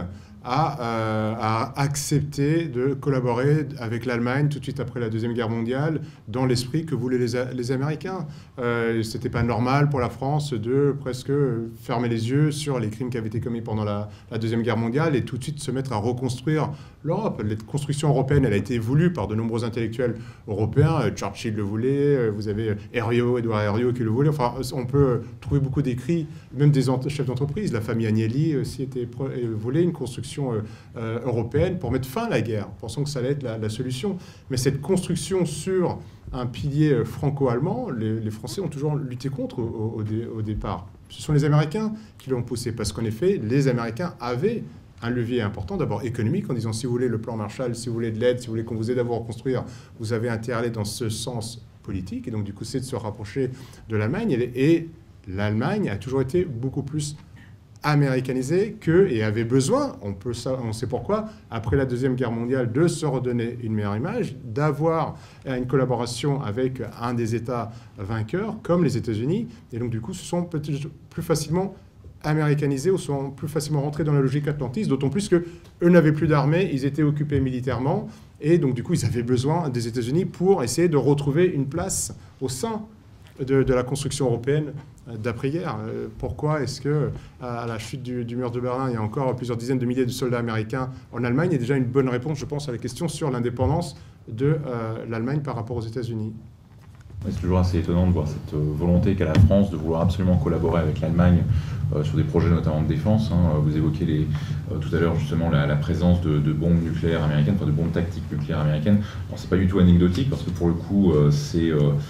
à accepter de collaborer avec l'Allemagne tout de suite après la Deuxième Guerre mondiale dans l'esprit que voulaient les Américains. C'était pas normal pour la France de presque fermer les yeux sur les crimes qui avaient été commis pendant la Deuxième Guerre mondiale et tout de suite se mettre à reconstruire l'Europe. La construction européenne, elle a été voulue par de nombreux intellectuels européens. Churchill le voulait, vous avez Édouard Herriot qui le voulait. Enfin, on peut trouver beaucoup d'écrits, même des chefs d'entreprise. La famille Agnelli aussi voulait une construction européenne pour mettre fin à la guerre, pensant que ça allait être la solution. Mais cette construction sur un pilier franco-allemand, les Français ont toujours lutté contre au départ. Ce sont les Américains qui l'ont poussé, parce qu'en effet, les Américains avaient un levier important, d'abord économique, en disant si vous voulez le plan Marshall, si vous voulez de l'aide, si vous voulez qu'on vous aide à vous reconstruire, vous avez intérêt à aller dans ce sens politique. Et donc, du coup, c'est de se rapprocher de l'Allemagne. Et l'Allemagne a toujours été beaucoup plus américanisée et avait besoin, on sait pourquoi, après la Deuxième Guerre mondiale, de se redonner une meilleure image, d'avoir une collaboration avec un des États vainqueurs, comme les États-Unis. Et donc, du coup, se sont peut-être plus facilement américanisés ou sont plus facilement rentrés dans la logique atlantiste, d'autant plus qu'eux n'avaient plus d'armée, ils étaient occupés militairement, et donc, du coup, ils avaient besoin des États-Unis pour essayer de retrouver une place au sein de la construction européenne d'après-guerre. Pourquoi est-ce que à la chute du mur de Berlin, il y a encore plusieurs dizaines de milliers de soldats américains en Allemagne? Il y a déjà une bonne réponse, je pense, à la question sur l'indépendance de l'Allemagne par rapport aux États-Unis. C'est toujours assez étonnant de voir cette volonté qu'a la France de vouloir absolument collaborer avec l'Allemagne sur des projets notamment de défense. Vous évoquez tout à l'heure justement la présence de bombes nucléaires américaines, enfin de bombes tactiques nucléaires américaines. Alors c'est pas du tout anecdotique parce que pour le coup c'est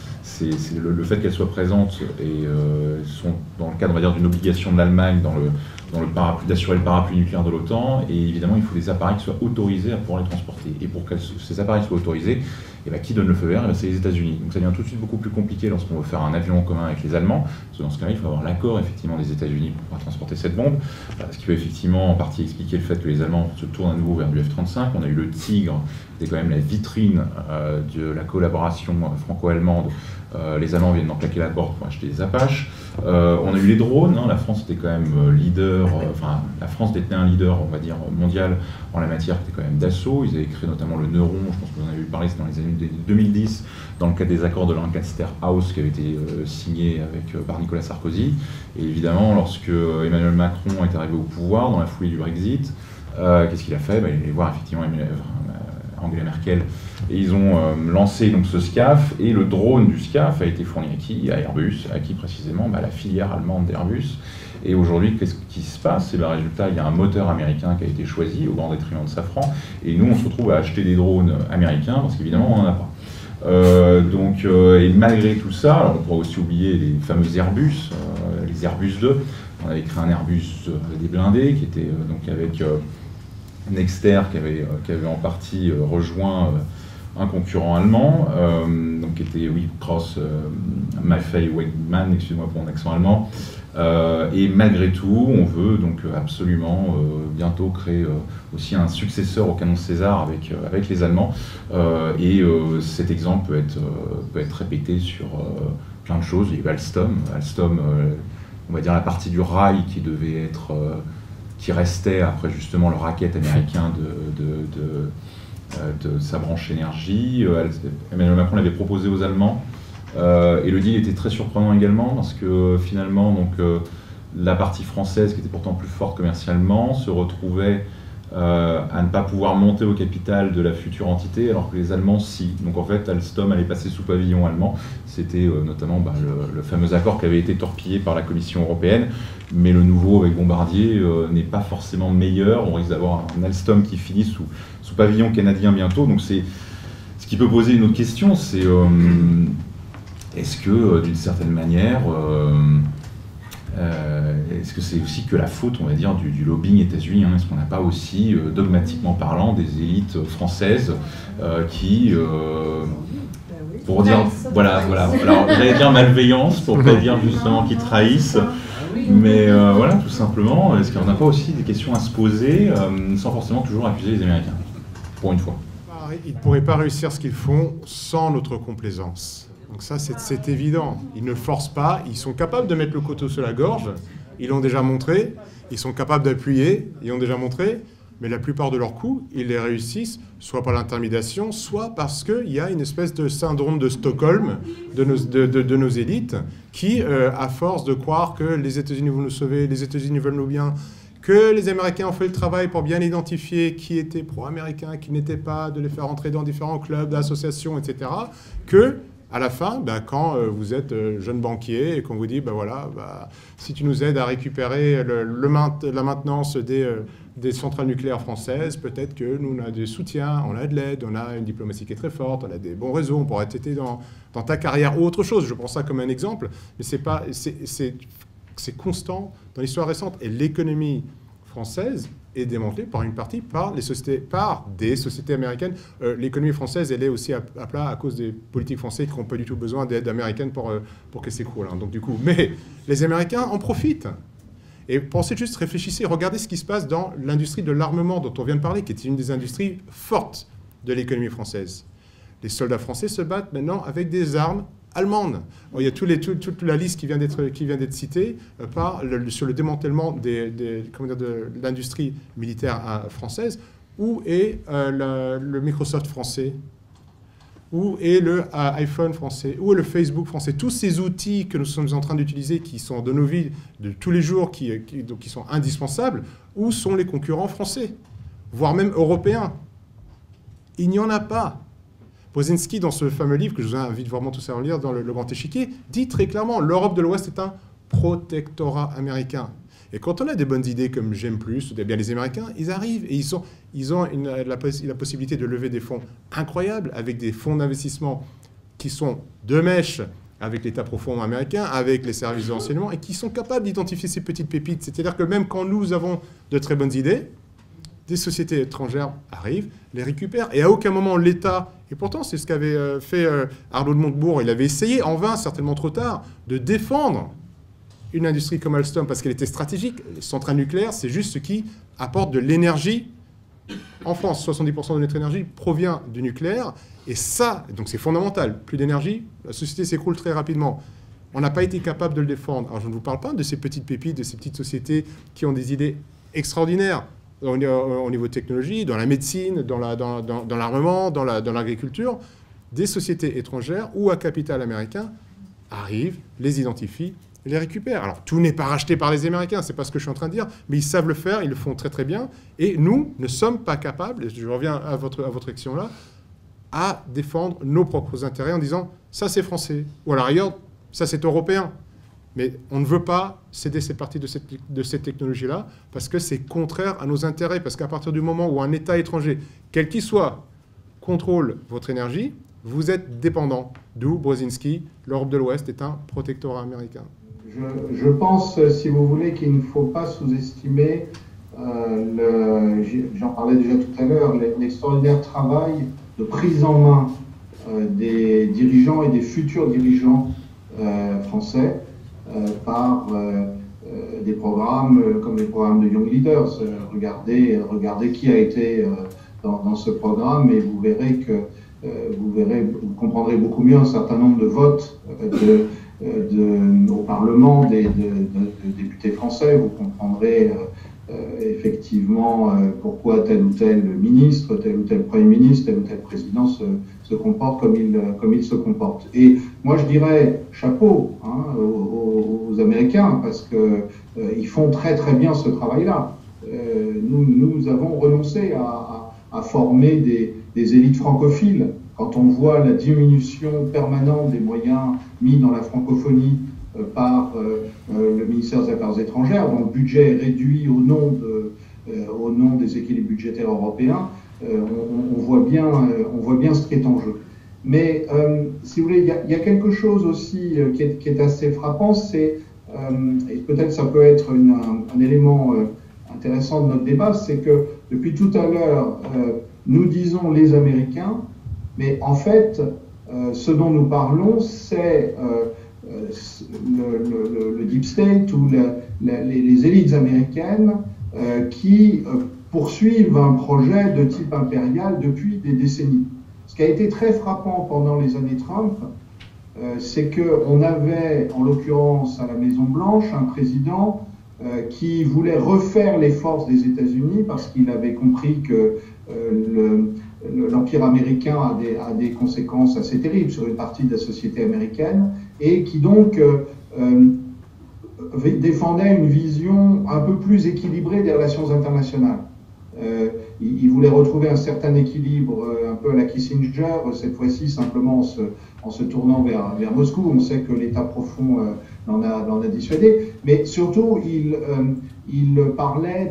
le fait qu'elles soient présentes et sont dans le cadre, on va dire, d'une obligation de l'Allemagne d'assurer le parapluie nucléaire de l'OTAN, et évidemment il faut des appareils qui soient autorisés à pouvoir les transporter. Et pour que ces appareils soient autorisés, qui donne le feu vert? C'est les États-Unis. Donc ça devient tout de suite beaucoup plus compliqué lorsqu'on veut faire un avion en commun avec les Allemands, parce que dans ce cas-là, il faut avoir l'accord effectivement des États-Unis pour pouvoir transporter cette bombe, ce qui peut effectivement en partie expliquer le fait que les Allemands se tournent à nouveau vers du F-35. On a eu le Tigre, c'était quand même la vitrine de la collaboration franco-allemande. Les Allemands viennent d'en claquer la porte pour acheter des Apaches. On a eu les drones, la France était quand même leader, la France détenait un leader, on va dire, mondial en la matière, qui était quand même Dassault. Ils avaient créé notamment le Neuron, je pense que vous en avez eu parler, c'était dans les années 2010, dans le cadre des accords de Lancaster House qui avaient été signés par Nicolas Sarkozy. Et évidemment, lorsque Emmanuel Macron est arrivé au pouvoir, dans la foulée du Brexit, qu'est-ce qu'il a fait? Il est allé voir effectivement Angela Merkel, et ils ont lancé donc ce SCAF, et le drone du SCAF a été fourni à qui? À Airbus, à qui précisément? La filière allemande d'Airbus. Et aujourd'hui, qu'est-ce qui se passe? Et résultat, il y a un moteur américain qui a été choisi au grand détriment de Safran, et nous on se retrouve à acheter des drones américains parce qu'évidemment on n'en a pas. Et malgré tout ça, alors on pourrait aussi oublier les fameux Airbus, les Airbus 2. On avait créé un Airbus des blindés qui était donc avec Nexter qui avait en partie rejoint un concurrent allemand, qui était Krauss Maffei Wegmann, excusez-moi pour mon accent allemand. Et malgré tout, on veut donc absolument bientôt créer aussi un successeur au canon César avec les Allemands. Cet exemple peut être répété sur plein de choses. Il y a Alstom, on va dire la partie du rail qui restait après justement le racket américain de sa branche énergie. Emmanuel Macron l'avait proposé aux Allemands. Et le deal était très surprenant également parce que finalement la partie française, qui était pourtant plus forte commercialement, se retrouvait à ne pas pouvoir monter au capital de la future entité, alors que les Allemands si. Donc en fait, Alstom allait passer sous pavillon allemand. C'était notamment le fameux accord qui avait été torpillé par la Commission européenne. Mais le nouveau avec Bombardier n'est pas forcément meilleur. On risque d'avoir un Alstom qui finit sous pavillon canadien bientôt. Donc ce qui peut poser une autre question, c'est est-ce que d'une certaine manière, est-ce que c'est aussi que la faute, on va dire, du lobbying états-unien? Est-ce qu'on n'a pas aussi, dogmatiquement parlant, des élites françaises qui, pour dire, voilà, alors j'allais dire malveillance, pour pas dire justement qui trahissent, mais voilà, tout simplement, est-ce qu'on n'a pas aussi des questions à se poser, sans forcément toujours accuser les Américains, pour une fois? Ils ne pourraient pas réussir ce qu'ils font sans notre complaisance. Donc ça, c'est évident. Ils ne forcent pas, ils sont capables de mettre le couteau sur la gorge, ils l'ont déjà montré, ils sont capables d'appuyer, ils l'ont déjà montré, mais la plupart de leurs coups, ils les réussissent soit par l'intermédiation, soit parce qu'il y a une espèce de syndrome de Stockholm de nos élites qui, à force de croire que les États-Unis vont nous sauver, les États-Unis veulent nous bien, que les Américains ont fait le travail pour bien identifier qui était pro-américain, qui n'était pas, de les faire entrer dans différents clubs, d'associations, etc., que à la fin, quand vous êtes jeune banquier et qu'on vous dit, voilà, si tu nous aides à récupérer la maintenance des centrales nucléaires françaises, peut-être que nous, on a des soutiens, on a de l'aide, on a une diplomatie qui est très forte, on a des bons réseaux, on pourrait t'aider dans ta carrière ou autre chose. Je prends ça comme un exemple, mais c'est constant dans l'histoire récente. Et l'économie française est démantelée par une partie par des sociétés américaines. L'économie française, elle est aussi à plat à cause des politiques françaises qui n'ont pas du tout besoin d'aide américaine pour qu'elle s'écroule. Donc du coup, mais les Américains en profitent. Et pensez juste, réfléchissez, regardez ce qui se passe dans l'industrie de l'armement dont on vient de parler, qui est une des industries fortes de l'économie française. Les soldats français se battent maintenant avec des armes allemandes. Il y a toute la liste qui vient d'être citée sur le démantèlement de l'industrie militaire française. Où est le Microsoft français? Où est le iPhone français? Où est le Facebook français? Tous ces outils que nous sommes en train d'utiliser, qui sont dans nos vies de tous les jours, qui sont indispensables, où sont les concurrents français? Voire même européens? Il n'y en a pas. Brzezinski, dans ce fameux livre que je vous invite vraiment tous à lire, dans le Grand Échiquier, dit très clairement, l'Europe de l'Ouest est un protectorat américain. Et quand on a des bonnes idées comme J'aime plus, ou bien les Américains, ils arrivent et ils ont la possibilité de lever des fonds incroyables avec des fonds d'investissement qui sont de mèche avec l'État profond américain, avec les services de renseignement, et qui sont capables d'identifier ces petites pépites. C'est-à-dire que même quand nous avons de très bonnes idées, des sociétés étrangères arrivent, les récupèrent, et à aucun moment l'État, et pourtant c'est ce qu'avait fait Arnaud de Montebourg, il avait essayé, en vain, certainement trop tard, de défendre une industrie comme Alstom, parce qu'elle était stratégique. Les centrales nucléaires, c'est juste ce qui apporte de l'énergie en France. 70% de notre énergie provient du nucléaire, et ça, donc c'est fondamental. Plus d'énergie, la société s'écroule très rapidement. On n'a pas été capable de le défendre. Alors je ne vous parle pas de ces petites pépites, de ces petites sociétés qui ont des idées extraordinaires au niveau de technologie, dans la médecine, dans l'armement, dans l'agriculture. Des sociétés étrangères ou à capital américain arrivent, les identifient, les récupèrent. Alors, tout n'est pas racheté par les Américains, c'est pas ce que je suis en train de dire, mais ils savent le faire, ils le font très très bien, et nous ne sommes pas capables, et je reviens à votre action-là, à défendre nos propres intérêts en disant « ça c'est français » ou à l'arrière « ça c'est européen ». Mais on ne veut pas céder cette partie de cette technologie-là parce que c'est contraire à nos intérêts, parce qu'à partir du moment où un État étranger, quel qu'il soit, contrôle votre énergie, vous êtes dépendant. D'où Brzezinski, l'Europe de l'Ouest est un protectorat américain. Je pense, si vous voulez, qu'il ne faut pas sous-estimer, j'en parlais déjà tout à l'heure, l'extraordinaire travail de prise en main des dirigeants et des futurs dirigeants français par des programmes comme les programmes de Young Leaders. Regardez qui a été dans ce programme et vous verrez que vous comprendrez beaucoup mieux un certain nombre de votes au Parlement des députés français. Vous comprendrez effectivement pourquoi tel ou tel ministre, tel ou tel Premier ministre, tel ou tel président se comporte comme il se comporte. Et moi je dirais chapeau aux Américains parce que ils font très très bien ce travail-là. Nous avons renoncé à former des élites francophiles. Quand on voit la diminution permanente des moyens mis dans la francophonie par le ministère des Affaires étrangères, dont le budget est réduit au nom des équilibres budgétaires européens, on voit bien ce qui est en jeu. Mais si vous voulez, il y a quelque chose aussi qui est assez frappant, c'est, et peut-être ça peut être un élément intéressant de notre débat, c'est que depuis tout à l'heure, nous disons les Américains, mais en fait, ce dont nous parlons, c'est le deep state ou les élites américaines qui poursuivent un projet de type impérial depuis des décennies. Ce qui a été très frappant pendant les années Trump, c'est qu'on avait, en l'occurrence à la Maison-Blanche, un président qui voulait refaire les forces des États-Unis parce qu'il avait compris que l'Empire américain a des conséquences assez terribles sur une partie de la société américaine, et qui donc défendait une vision un peu plus équilibrée des relations internationales. Il voulait retrouver un certain équilibre, un peu à la Kissinger, cette fois-ci simplement en se tournant vers Moscou. On sait que l'État profond l'en a dissuadé, mais surtout il parlait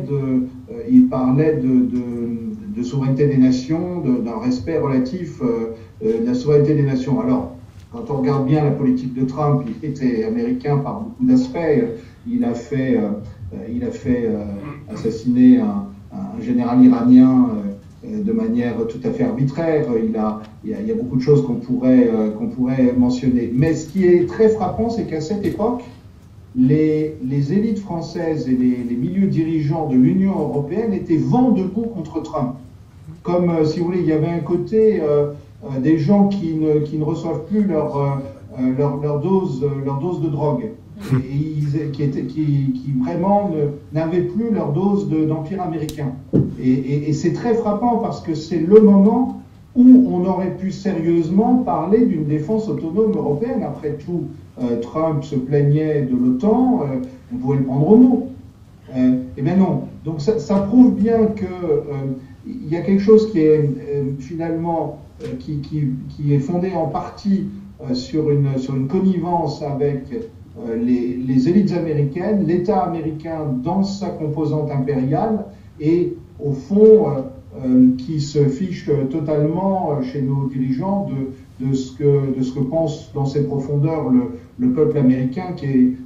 de souveraineté des nations, d'un respect relatif de la souveraineté des nations. Alors, quand on regarde bien la politique de Trump, il était américain par beaucoup d'aspects. Il a fait assassiner un général iranien de manière tout à fait arbitraire. Il y a beaucoup de choses qu'on pourrait mentionner. Mais ce qui est très frappant, c'est qu'à cette époque, les élites françaises et les milieux dirigeants de l'Union européenne étaient vent debout contre Trump. Comme, si vous voulez, il y avait un côté des gens qui ne reçoivent plus leur dose de drogue, et qui vraiment n'avaient plus leur dose d'empire américain. Et c'est très frappant parce que c'est le moment où on aurait pu sérieusement parler d'une défense autonome européenne. Après tout, Trump se plaignait de l'OTAN, on pouvait le prendre au mot. Eh bien non. Donc ça prouve bien qu'il y a quelque chose qui est finalement qui est fondé en partie sur une connivence avec les élites américaines, l'État américain dans sa composante impériale, et au fond qui se fiche totalement chez nos dirigeants de ce que pense dans ses profondeurs le peuple américain, qui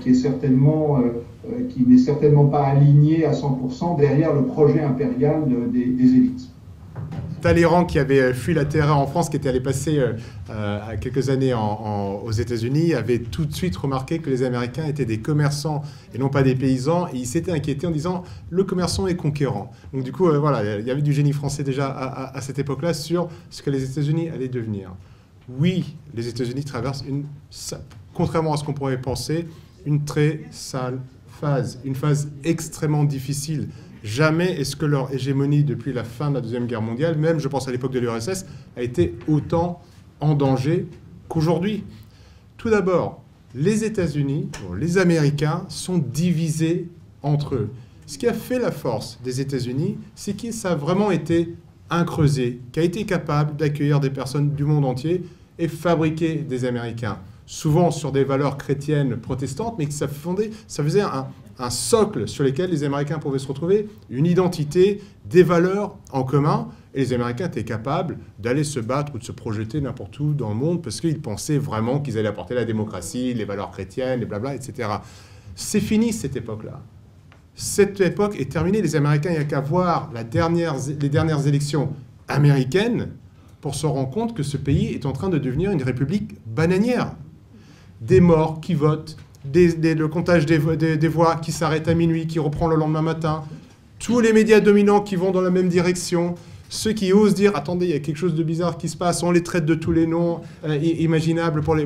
n'est certainement pas aligné à 100% derrière le projet impérial des élites. Talleyrand, qui avait fui la terreur en France, qui était allé passer quelques années aux États-Unis, avait tout de suite remarqué que les Américains étaient des commerçants et non pas des paysans, et il s'était inquiété en disant « le commerçant est conquérant ». Donc du coup, voilà, il y avait du génie français déjà à cette époque-là sur ce que les États-Unis allaient devenir. Oui, les États-Unis traversent contrairement à ce qu'on pourrait penser, une très sale phase, une phase extrêmement difficile. Jamais est-ce que leur hégémonie depuis la fin de la Deuxième Guerre mondiale, même je pense à l'époque de l'URSS, a été autant en danger qu'aujourd'hui. Tout d'abord, les États-Unis, les Américains sont divisés entre eux. Ce qui a fait la force des États-Unis, c'est que ça a vraiment été un creuset, qui a été capable d'accueillir des personnes du monde entier et fabriquer des Américains, souvent sur des valeurs chrétiennes protestantes, mais que ça faisait un socle sur lequel les Américains pouvaient se retrouver, une identité, des valeurs en commun, et les Américains étaient capables d'aller se battre ou de se projeter n'importe où dans le monde parce qu'ils pensaient vraiment qu'ils allaient apporter la démocratie, les valeurs chrétiennes, les blabla, etc. C'est fini cette époque-là. Cette époque est terminée. Les Américains, il n'y a qu'à voir les dernières élections américaines pour se rendre compte que ce pays est en train de devenir une république bananière. Des morts qui votent, le comptage des voix qui s'arrête à minuit, qui reprend le lendemain matin, tous les médias dominants qui vont dans la même direction, ceux qui osent dire « attendez, il y a quelque chose de bizarre qui se passe », on les traite de tous les noms imaginables pour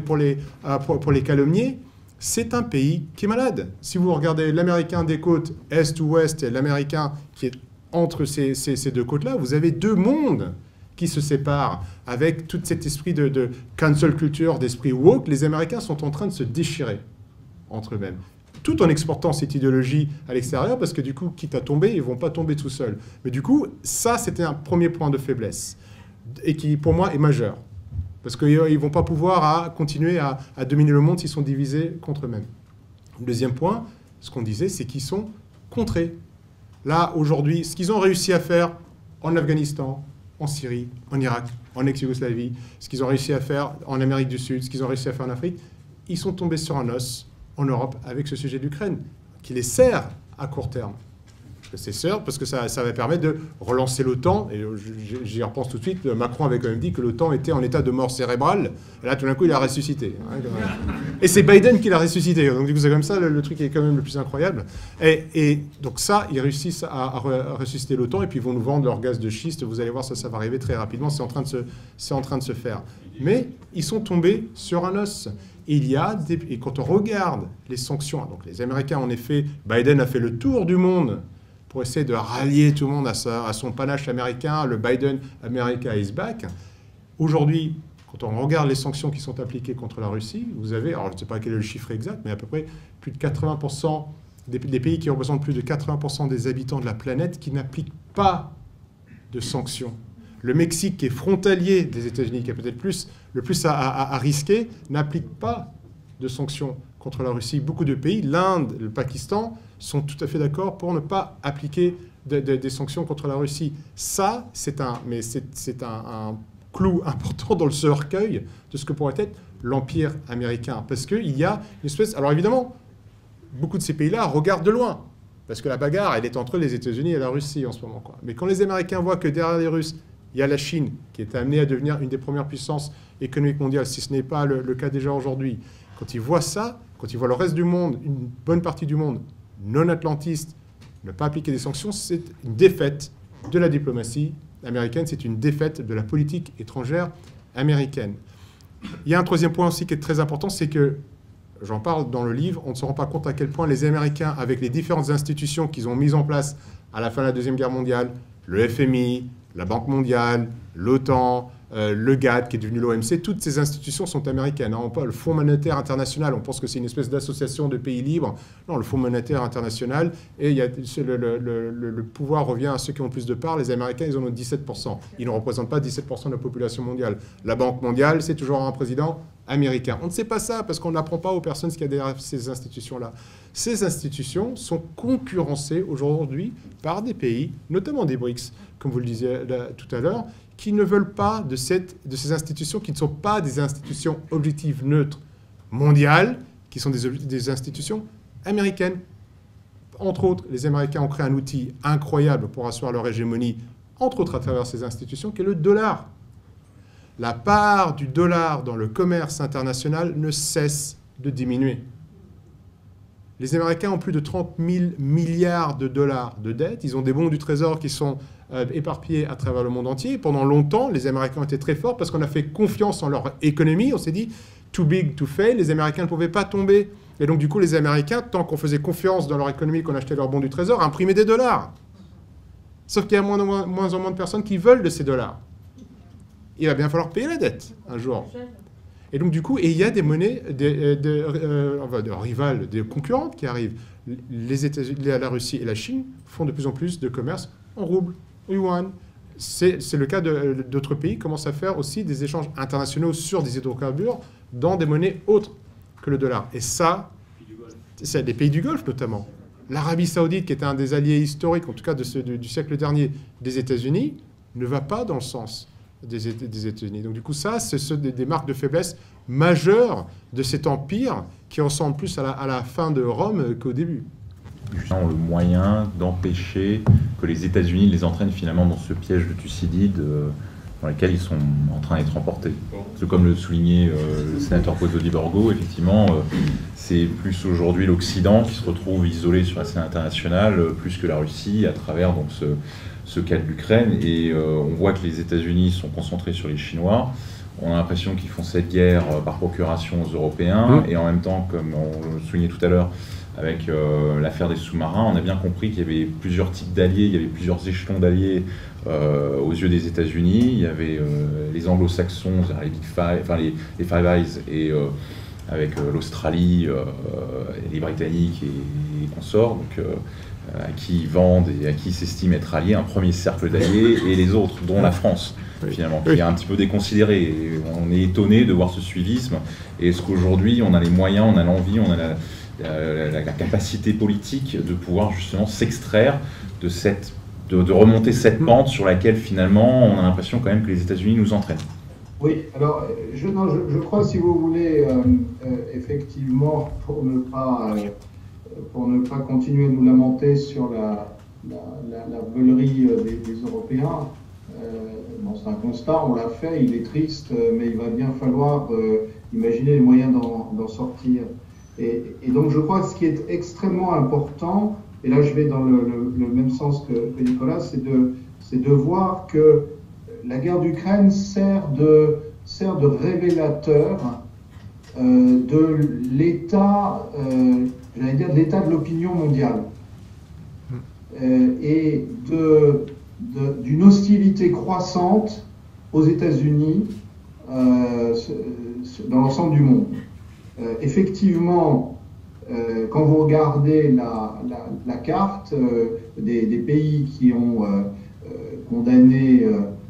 les calomnier. C'est un pays qui est malade. Si vous regardez l'Américain des côtes Est ou Ouest et l'Américain qui est entre ces deux côtes-là, vous avez deux mondes qui se séparent avec tout cet esprit de cancel culture, d'esprit woke. Les Américains sont en train de se déchirer entre eux-mêmes, tout en exportant cette idéologie à l'extérieur, parce que du coup, quitte à tomber, ils ne vont pas tomber tout seuls. Mais du coup, ça, c'était un premier point de faiblesse, et qui, pour moi, est majeur. Parce qu'ils ne vont pas pouvoir continuer à dominer le monde s'ils sont divisés contre eux-mêmes. Le deuxième point, ce qu'on disait, c'est qu'ils sont contrés. Là, aujourd'hui, ce qu'ils ont réussi à faire en Afghanistan, en Syrie, en Irak, en ex-Yougoslavie, ce qu'ils ont réussi à faire en Amérique du Sud, ce qu'ils ont réussi à faire en Afrique, ils sont tombés sur un os en Europe avec ce sujet d'Ukraine, qui les sert à court terme. C'est sûr, parce que ça va permettre de relancer l'OTAN. Et j'y repense tout de suite. Macron avait quand même dit que l'OTAN était en état de mort cérébrale. Et là, tout d'un coup, il a ressuscité. Et c'est Biden qui l'a ressuscité. Donc, du coup, c'est comme ça, le truc qui est quand même le plus incroyable. Et donc ça, ils réussissent à ressusciter l'OTAN. Et puis, ils vont nous vendre leur gaz de schiste. Vous allez voir, ça va arriver très rapidement. C'est en train de se faire. Mais ils sont tombés sur un os. et quand on regarde les sanctions, donc les Américains, en effet, Biden a fait le tour du monde pour essayer de rallier tout le monde à son panache américain, le Biden America is back. Aujourd'hui, quand on regarde les sanctions qui sont appliquées contre la Russie, vous avez, alors je ne sais pas quel est le chiffre exact, mais à peu près plus de 80% des pays qui représentent plus de 80% des habitants de la planète qui n'appliquent pas de sanctions. Le Mexique, qui est frontalier des États-Unis, qui a peut-être le plus à risquer, n'applique pas de sanctions contre la Russie. Beaucoup de pays, l'Inde, le Pakistan, sont tout à fait d'accord pour ne pas appliquer des sanctions contre la Russie. Ça, c'est un clou important dans le cercueil de ce que pourrait être l'Empire américain. Parce qu'il y a une espèce... Alors évidemment, beaucoup de ces pays-là regardent de loin. Parce que la bagarre, elle est entre les États-Unis et la Russie en ce moment, quoi. Mais quand les Américains voient que derrière les Russes, il y a la Chine, qui est amenée à devenir une des premières puissances économiques mondiales, si ce n'est pas le cas déjà aujourd'hui, quand ils voient ça, quand ils voient le reste du monde, une bonne partie du monde non atlantiste, ne pas appliquer des sanctions, c'est une défaite de la diplomatie américaine, c'est une défaite de la politique étrangère américaine. Il y a un troisième point aussi qui est très important, c'est que, j'en parle dans le livre, on ne se rend pas compte à quel point les Américains, avec les différentes institutions qu'ils ont mises en place à la fin de la Deuxième Guerre mondiale, le FMI, la Banque mondiale, l'OTAN, le GATT, qui est devenu l'OMC, toutes ces institutions sont américaines. Hein. Le Fonds monétaire international, on pense que c'est une espèce d'association de pays libres. Non, le Fonds monétaire international, et le pouvoir revient à ceux qui ont le plus de parts. Les Américains, ils en ont 17%. Ils ne représentent pas 17% de la population mondiale. La Banque mondiale, c'est toujours un président américain. On ne sait pas ça parce qu'on n'apprend pas aux personnes ce qu'il y a derrière ces institutions-là. Ces institutions sont concurrencées aujourd'hui par des pays, notamment des BRICS, comme vous le disiez tout à l'heure, qui ne veulent pas de ces institutions qui ne sont pas des institutions objectives, neutres, mondiales, qui sont des institutions américaines. Entre autres, les Américains ont créé un outil incroyable pour asseoir leur hégémonie, entre autres à travers ces institutions, qui est le dollar. La part du dollar dans le commerce international ne cesse de diminuer. Les Américains ont plus de 30 000 milliards de dollars de dettes. Ils ont des bons du Trésor qui sont éparpillés à travers le monde entier. Pendant longtemps, les Américains étaient très forts parce qu'on a fait confiance en leur économie. On s'est dit, too big to fail, les Américains ne pouvaient pas tomber. Et donc, du coup, les Américains, tant qu'on faisait confiance dans leur économie, qu'on achetait leurs bons du Trésor, imprimaient des dollars. Sauf qu'il y a moins en moins de personnes qui veulent de ces dollars. Il va bien falloir payer la dette un jour. Et donc, du coup, il y a des monnaies rivales, des concurrentes qui arrivent. Les États-Unis, la Russie et la Chine font de plus en plus de commerce en roubles, en yuan. C'est le cas d'autres pays qui commencent à faire aussi des échanges internationaux sur des hydrocarbures dans des monnaies autres que le dollar. Et ça, c'est des pays du Golfe notamment. L'Arabie Saoudite, qui était un des alliés historiques, en tout cas du siècle dernier, des États-Unis, ne va pas dans le sens des États-Unis. Donc du coup, ça, c'est des marques de faiblesse majeures de cet empire qui ressemble plus à la fin de Rome qu'au début. Le moyen d'empêcher que les États-Unis les entraînent finalement dans ce piège de Thucydide dans lequel ils sont en train d'être emportés. Parce que comme le soulignait le sénateur Pozzo di Borgo, effectivement, c'est plus aujourd'hui l'Occident qui se retrouve isolé sur la scène internationale, plus que la Russie, à travers donc, ce cas de l'Ukraine. Et on voit que les États-Unis sont concentrés sur les Chinois. On a l'impression qu'ils font cette guerre par procuration aux Européens. Et en même temps, comme on le soulignait tout à l'heure, avec l'affaire des sous-marins, on a bien compris qu'il y avait plusieurs types d'alliés, il y avait plusieurs échelons d'alliés aux yeux des États-Unis. Il y avait les anglo-saxons, les Big Five, enfin les Five Eyes, et avec l'Australie, les Britanniques et consorts, donc, à qui ils vendent et à qui ils s'estiment être alliés, un premier cercle d'alliés, et les autres, dont la France, finalement, qui est un petit peu déconsidérée. Et on est étonné de voir ce suivisme. Et est-ce qu'aujourd'hui, on a les moyens, on a l'envie, on a la capacité politique de pouvoir justement s'extraire de remonter cette pente sur laquelle finalement on a l'impression quand même que les États-Unis nous entraînent. Oui, alors je crois, si vous voulez, effectivement, pour ne pas continuer à nous lamenter sur la veulerie des Européens, bon, c'est un constat, on l'a fait, il est triste, mais il va bien falloir imaginer les moyens d'en sortir. Et donc je crois que ce qui est extrêmement important, et là je vais dans le même sens que Nicolas, c'est de voir que la guerre d'Ukraine sert de révélateur de l'état, j'allais dire, de l'état de l'opinion mondiale et d'une hostilité croissante aux États-Unis dans l'ensemble du monde. Effectivement, quand vous regardez la carte des pays qui ont condamné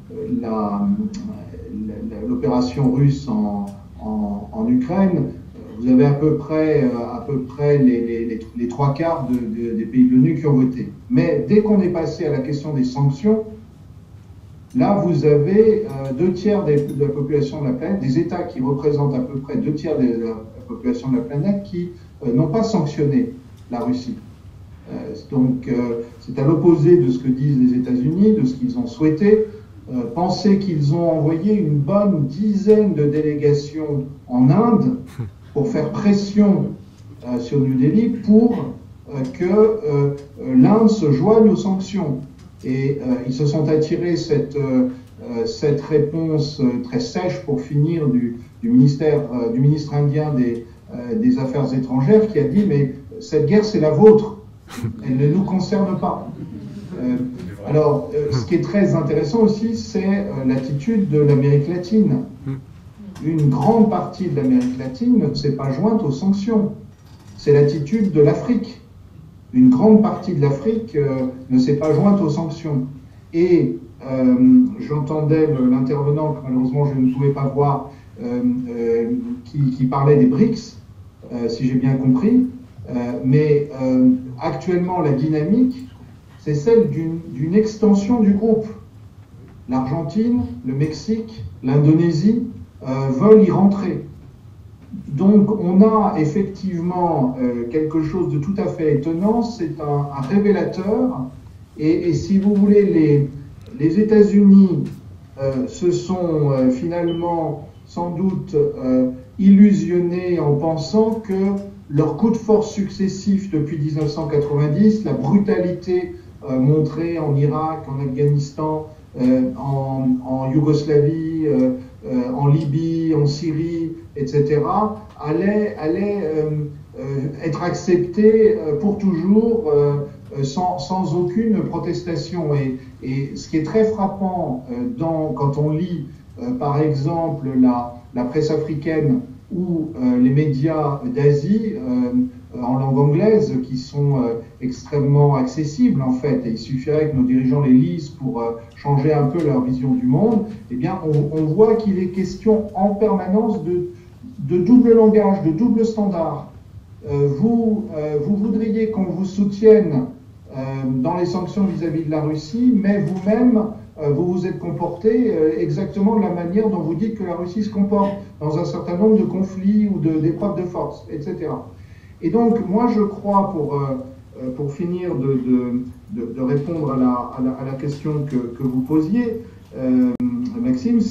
l'opération russe en Ukraine, vous avez à peu près les trois quarts des pays de l'ONU qui ont voté. Mais dès qu'on est passé à la question des sanctions, là, vous avez 2/3 de la population de la planète, des États qui représentent à peu près 2/3 de la population de la planète qui n'ont pas sanctionné la Russie. Donc, c'est à l'opposé de ce que disent les États-Unis, de ce qu'ils ont souhaité. Penser qu'ils ont envoyé une bonne dizaine de délégations en Inde pour faire pression sur New Delhi pour que l'Inde se joigne aux sanctions. Et ils se sont attirés cette réponse très sèche, pour finir, du ministre indien des Affaires étrangères, qui a dit « mais cette guerre c'est la vôtre, elle ne nous concerne pas ». Alors, ce qui est très intéressant aussi, c'est l'attitude de l'Amérique latine. Une grande partie de l'Amérique latine ne s'est pas jointe aux sanctions. C'est l'attitude de l'Afrique. Une grande partie de l'Afrique ne s'est pas jointe aux sanctions. Et j'entendais l'intervenant, que malheureusement je ne pouvais pas voir, qui parlait des BRICS, si j'ai bien compris. Mais actuellement, la dynamique, c'est celle d'une extension du groupe. L'Argentine, le Mexique, l'Indonésie veulent y rentrer. Donc on a effectivement quelque chose de tout à fait étonnant, c'est un révélateur, et si vous voulez, les États-Unis se sont finalement sans doute illusionnés en pensant que leurs coups de force successifs depuis 1990, la brutalité montrée en Irak, en Afghanistan, en Yougoslavie, en Libye, en Syrie, etc., allait être accepté pour toujours sans aucune protestation. Et ce qui est très frappant quand on lit, par exemple, la presse africaine ou les médias d'Asie en langue anglaise, qui sont extrêmement accessibles en fait, et il suffirait que nos dirigeants les lisent pour changer un peu leur vision du monde, eh bien on voit qu'il est question en permanence de double langage, de double standard. Vous voudriez qu'on vous soutienne dans les sanctions vis-à-vis de la Russie, mais vous-même, vous vous êtes comporté exactement de la manière dont vous dites que la Russie se comporte dans un certain nombre de conflits ou d'épreuves de force, etc. Et donc, moi, je crois, pour finir de répondre à la question que vous posiez, Maxime,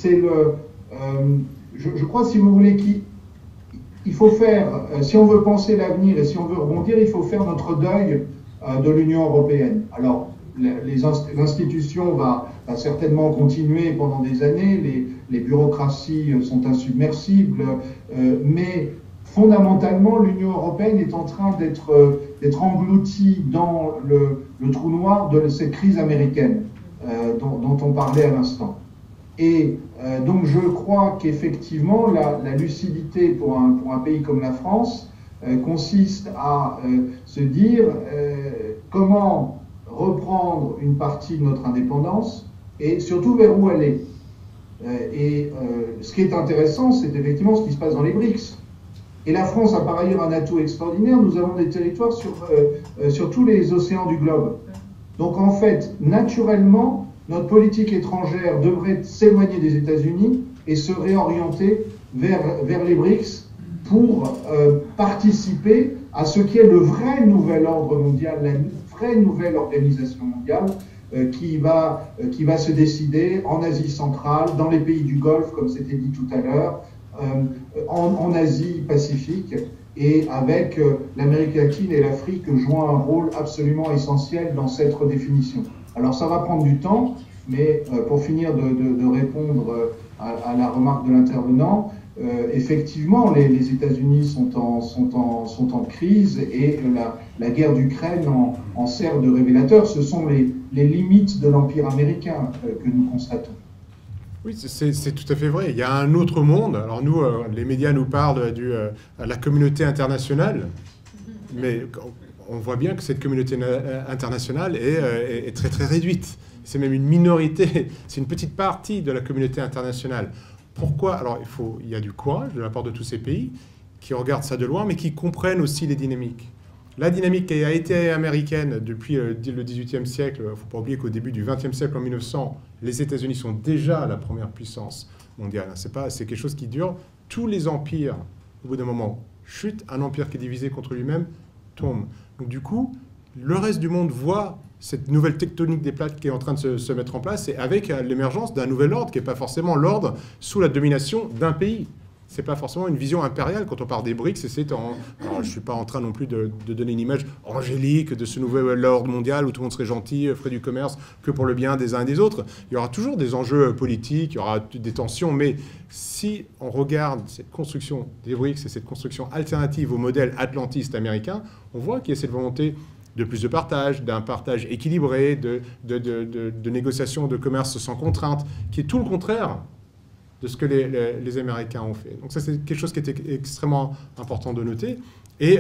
je crois, si vous voulez, qu'il faut faire, si on veut penser l'avenir et si on veut rebondir, il faut faire notre deuil de l'Union européenne. Alors, l'institution va certainement continuer pendant des années, les bureaucraties sont insubmersibles, mais fondamentalement, l'Union européenne est en train d'être engloutie dans le trou noir de cette crise américaine dont on parlait à l'instant. Et donc je crois qu'effectivement, la lucidité pour un pays comme la France consiste à se dire comment reprendre une partie de notre indépendance et surtout vers où aller. Ce qui est intéressant, c'est effectivement ce qui se passe dans les BRICS. Et la France a par ailleurs un atout extraordinaire, nous avons des territoires sur tous les océans du globe. Donc en fait, naturellement, notre politique étrangère devrait s'éloigner des États-Unis et se réorienter vers les BRICS pour participer à ce qui est le vrai nouvel ordre mondial, la vraie nouvelle organisation mondiale qui va se décider en Asie centrale, dans les pays du Golfe, comme c'était dit tout à l'heure, en Asie Pacifique, et avec l'Amérique latine et l'Afrique jouant un rôle absolument essentiel dans cette redéfinition. Alors ça va prendre du temps, mais pour finir de répondre à la remarque de l'intervenant, effectivement, les États-Unis sont en crise et la guerre d'Ukraine en sert de révélateur. Ce sont les limites de l'Empire américain que nous constatons. Oui, c'est tout à fait vrai. Il y a un autre monde. Alors nous, les médias nous parlent de la communauté internationale, mais on voit bien que cette communauté internationale est très très réduite. C'est même une minorité, c'est une petite partie de la communauté internationale. Pourquoi? Alors il y a du courage de la part de tous ces pays qui regardent ça de loin, mais qui comprennent aussi les dynamiques. La dynamique qui a été américaine depuis le XVIIIe siècle, il ne faut pas oublier qu'au début du XXe siècle, en 1900, les États-Unis sont déjà la première puissance mondiale. C'est quelque chose qui dure. Tous les empires, au bout d'un moment, chutent. Un empire qui est divisé contre lui-même tombe. Donc du coup, le reste du monde voit cette nouvelle tectonique des plaques qui est en train de se mettre en place, et avec l'émergence d'un nouvel ordre qui n'est pas forcément l'ordre sous la domination d'un pays. C'est pas forcément une vision impériale quand on parle des BRICS. Alors, je ne suis pas en train non plus de donner une image angélique de ce nouvel ordre mondial où tout le monde serait gentil, ferait du commerce que pour le bien des uns et des autres. Il y aura toujours des enjeux politiques, il y aura des tensions, mais si on regarde cette construction des BRICS et cette construction alternative au modèle atlantiste américain, on voit qu'il y a cette volonté de plus de partage, d'un partage équilibré, de négociations de commerce sans contrainte, qui est tout le contraire de ce que les Américains ont fait. Donc ça, c'est quelque chose qui était extrêmement important de noter. Et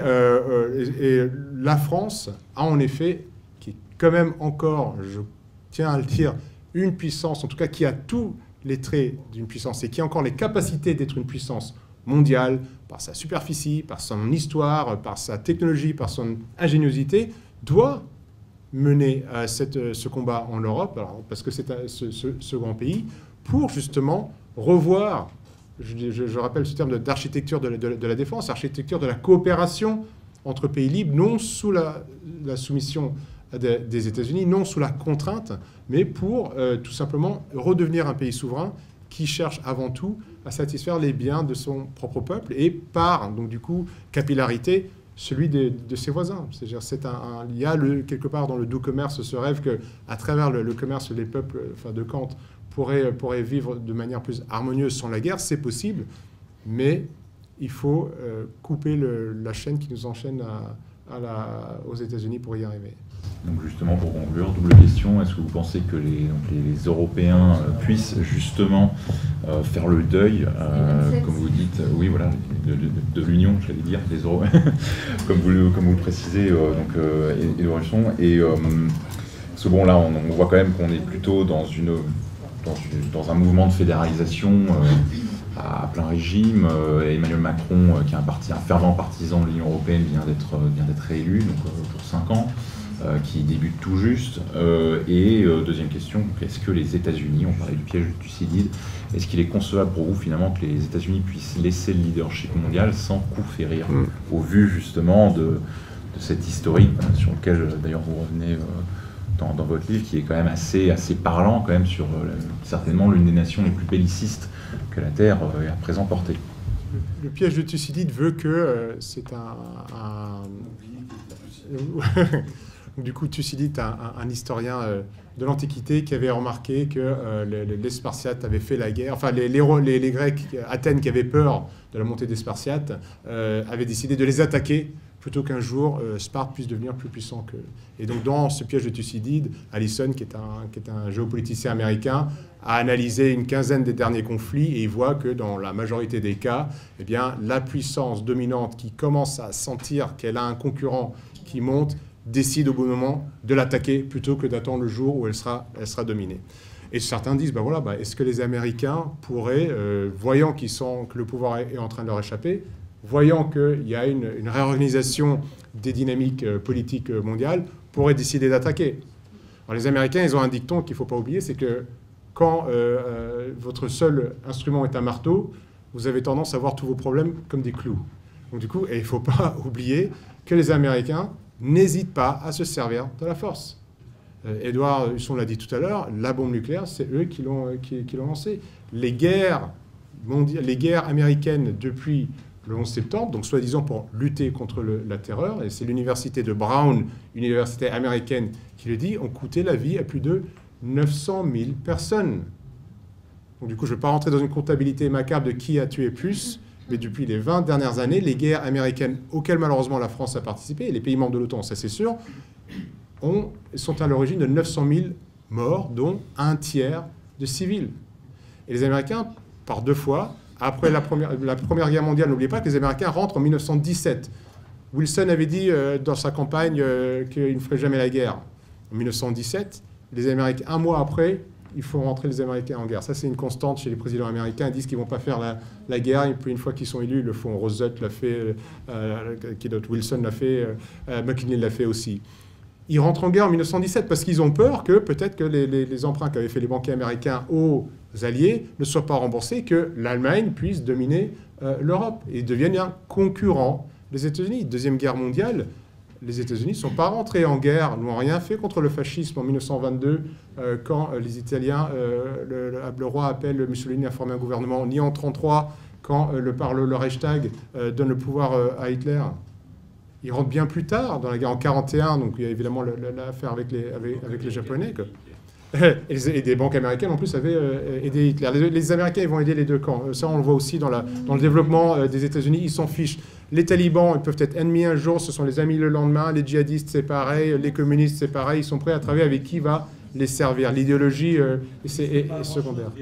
la France a en effet, qui est quand même encore, je tiens à le dire, une puissance, en tout cas qui a tous les traits d'une puissance et qui a encore les capacités d'être une puissance mondiale, par sa superficie, par son histoire, par sa technologie, par son ingéniosité, doit mener ce combat en Europe, alors, parce que c'est ce grand pays, pour justement revoir, je rappelle ce terme d'architecture de la défense, architecture de la coopération entre pays libres, non sous la soumission des États-Unis, non sous la contrainte, mais pour tout simplement redevenir un pays souverain qui cherche avant tout à satisfaire les biens de son propre peuple et par, donc du coup, capillarité, celui de ses voisins. C'est-à-dire, il y a quelque part dans le doux commerce ce rêve qu'à travers le commerce, les peuples de Kant pourraient vivre de manière plus harmonieuse sans la guerre. C'est possible, mais il faut couper la chaîne qui nous enchaîne aux États-Unis pour y arriver. Donc justement, pour conclure, double question, est-ce que vous pensez que les Européens puissent justement faire le deuil, comme vous dites, oui voilà, de l'Union, j'allais dire, des Européens, comme vous le précisez, Édouard Husson, parce que bon là, on voit quand même qu'on est plutôt dans un mouvement de fédéralisation à plein régime. Emmanuel Macron, qui est un fervent partisan de l'Union européenne, vient d'être réélu donc, pour 5 ans. Qui débute tout juste. Deuxième question, est-ce que les États-Unis, on parlait du piège de Thucydide, est-ce qu'il est concevable pour vous finalement que les États-Unis puissent laisser le leadership mondial sans coup férir, au vu justement de cette historique sur lequel d'ailleurs vous revenez dans votre livre, qui est quand même assez parlant quand même sur certainement l'une des nations les plus bellicistes que la Terre ait à présent portée. Le piège de Thucydide veut que c'est Du coup, Thucydide, un historien de l'Antiquité qui avait remarqué que les Spartiates avaient fait la guerre. Enfin, les Grecs, Athènes, qui avaient peur de la montée des Spartiates, avaient décidé de les attaquer plutôt qu'un jour Sparte puisse devenir plus puissant qu'eux. Et donc, dans ce piège de Thucydide, Allison, qui est un géopoliticien américain, a analysé une quinzaine des derniers conflits et il voit que dans la majorité des cas, eh bien, la puissance dominante qui commence à sentir qu'elle a un concurrent qui monte, décide au bon moment de l'attaquer plutôt que d'attendre le jour où elle sera dominée. Et certains disent, est-ce que les Américains pourraient, voyant que le pouvoir est en train de leur échapper, voyant qu'il y a une réorganisation des dynamiques politiques mondiales, pourraient décider d'attaquer. Alors les Américains, ils ont un dicton qu'il ne faut pas oublier, c'est que quand votre seul instrument est un marteau, vous avez tendance à voir tous vos problèmes comme des clous. Donc du coup, il ne faut pas oublier que les Américains n'hésitent pas à se servir de la force. Édouard Husson l'a dit tout à l'heure, la bombe nucléaire, c'est eux qui l'ont lancée. Les guerres américaines depuis le 11 septembre, donc soi-disant pour lutter contre la terreur, et c'est l'université de Brown, université américaine, qui le dit, ont coûté la vie à plus de 900 000 personnes. Donc du coup, je ne vais pas rentrer dans une comptabilité macabre de qui a tué plus, mais depuis les 20 dernières années, les guerres américaines auxquelles malheureusement la France a participé, et les pays membres de l'OTAN, ça c'est sûr, sont à l'origine de 900 000 morts, dont un tiers de civils. Et les Américains, par 2 fois, après la première Guerre mondiale, n'oubliez pas que les Américains rentrent en 1917. Wilson avait dit dans sa campagne qu'il ne ferait jamais la guerre. En 1917, les Américains, 1 mois après, il faut rentrer les Américains en guerre. Ça, c'est une constante chez les présidents américains. Ils disent qu'ils ne vont pas faire la guerre, et puis une fois qu'ils sont élus, ils le font. Roosevelt l'a fait, Wilson l'a fait, McKinley l'a fait aussi. Ils rentrent en guerre en 1917 parce qu'ils ont peur que peut-être que les emprunts qu'avaient fait les banquiers américains aux Alliés ne soient pas remboursés, que l'Allemagne puisse dominer l'Europe et devienne un concurrent des États-Unis. Deuxième guerre mondiale, les États-Unis ne sont pas rentrés en guerre, n'ont rien fait contre le fascisme en 1922, quand les Italiens, le roi appelle Mussolini à former un gouvernement, ni en 1933, quand le Reichstag donne le pouvoir à Hitler. Ils rentrent bien plus tard, dans la guerre en 1941, donc il y a évidemment l'affaire avec les Japonais. Et des banques américaines, en plus, avaient aidé Hitler. Les Américains, ils vont aider les deux camps. Ça, on le voit aussi dans le développement des États-Unis. Ils s'en fichent. Les talibans, ils peuvent être ennemis un jour, ce sont les amis le lendemain. Les djihadistes, c'est pareil. Les communistes, c'est pareil. Ils sont prêts à travailler avec qui va les servir. L'idéologie est secondaire.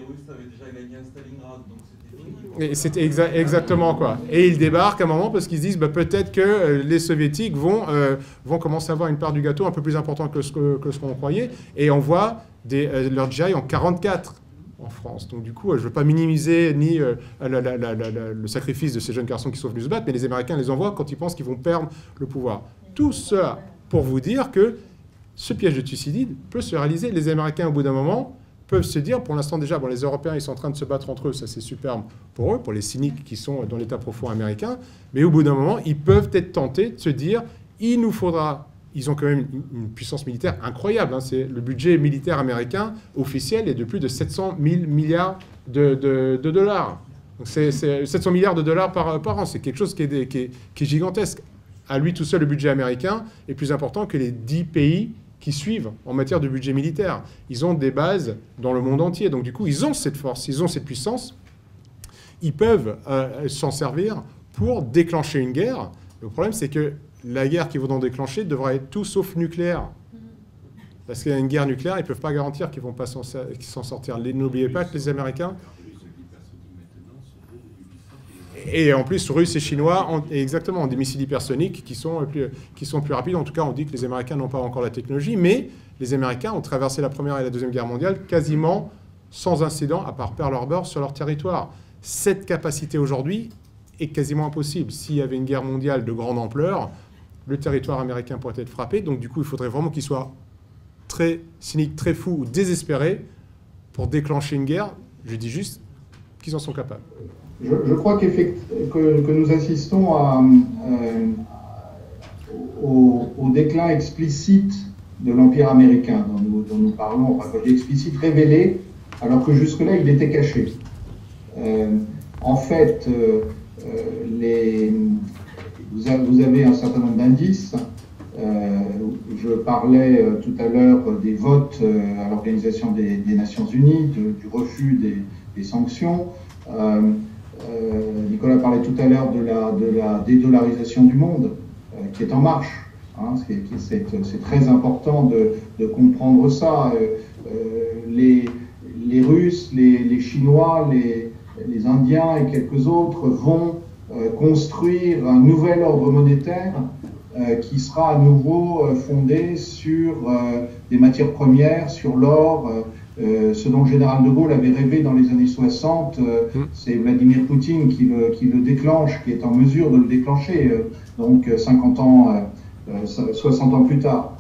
Et c'était exactement quoi. Et ils débarquent à un moment parce qu'ils se disent peut-être que les soviétiques vont commencer à avoir une part du gâteau un peu plus importante que ce qu'on croyait. Et on voit leur GI en 1944 en France. Donc du coup, je ne veux pas minimiser ni le sacrifice de ces jeunes garçons qui sont venus se battre, mais les Américains les envoient quand ils pensent qu'ils vont perdre le pouvoir. Tout ça pour vous dire que ce piège de Thucydide peut se réaliser. Les Américains, au bout d'un moment, peuvent se dire, pour l'instant déjà, les Européens, ils sont en train de se battre entre eux, ça c'est superbe pour eux, pour les cyniques qui sont dans l'état profond américain, mais au bout d'un moment, ils peuvent être tentés de se dire, il nous faudra, ils ont quand même une puissance militaire incroyable, c'est le budget militaire américain officiel est de plus de 700 000 milliards de dollars. Donc c'est 700 milliards de dollars par an, c'est quelque chose qui est gigantesque. À lui tout seul, le budget américain est plus important que les 10 pays qui suivent en matière de budget militaire. Ils ont des bases dans le monde entier. Donc du coup, ils ont cette force, ils ont cette puissance. Ils peuvent s'en servir pour déclencher une guerre. Le problème, c'est que la guerre qu'ils vont déclencher devra être tout sauf nucléaire. Parce qu'il y a une guerre nucléaire, ils ne peuvent pas garantir qu'ils ne vont pas s'en sortir. N'oubliez pas que les Américains... Et en plus, Russes et Chinois ont des missiles hypersoniques qui sont plus rapides. En tout cas, on dit que les Américains n'ont pas encore la technologie, mais les Américains ont traversé la Première et la Deuxième Guerre mondiale quasiment sans incident, à part Pearl Harbor, sur leur territoire. Cette capacité aujourd'hui est quasiment impossible. S'il y avait une guerre mondiale de grande ampleur, le territoire américain pourrait être frappé. Donc du coup, il faudrait vraiment qu'ils soient très cyniques, très fous ou désespérés pour déclencher une guerre. Je dis juste qu'ils en sont capables. Je crois que nous assistons au déclin explicite de l'Empire américain dont nous parlons, enfin, quand je dis explicite, révélé, alors que jusque-là, il était caché. En fait, vous avez un certain nombre d'indices. Je parlais tout à l'heure des votes à l'Organisation des Nations Unies, du refus des sanctions. Nicolas parlait tout à l'heure de la dédollarisation du monde qui est en marche. C'est très important de comprendre ça. Les Russes, les Chinois, les Indiens et quelques autres vont construire un nouvel ordre monétaire qui sera à nouveau fondé sur des matières premières, sur l'or. Ce dont le général de Gaulle avait rêvé dans les années 60, c'est Vladimir Poutine qui le déclenche, qui est en mesure de le déclencher, donc 50 ans, 60 ans plus tard.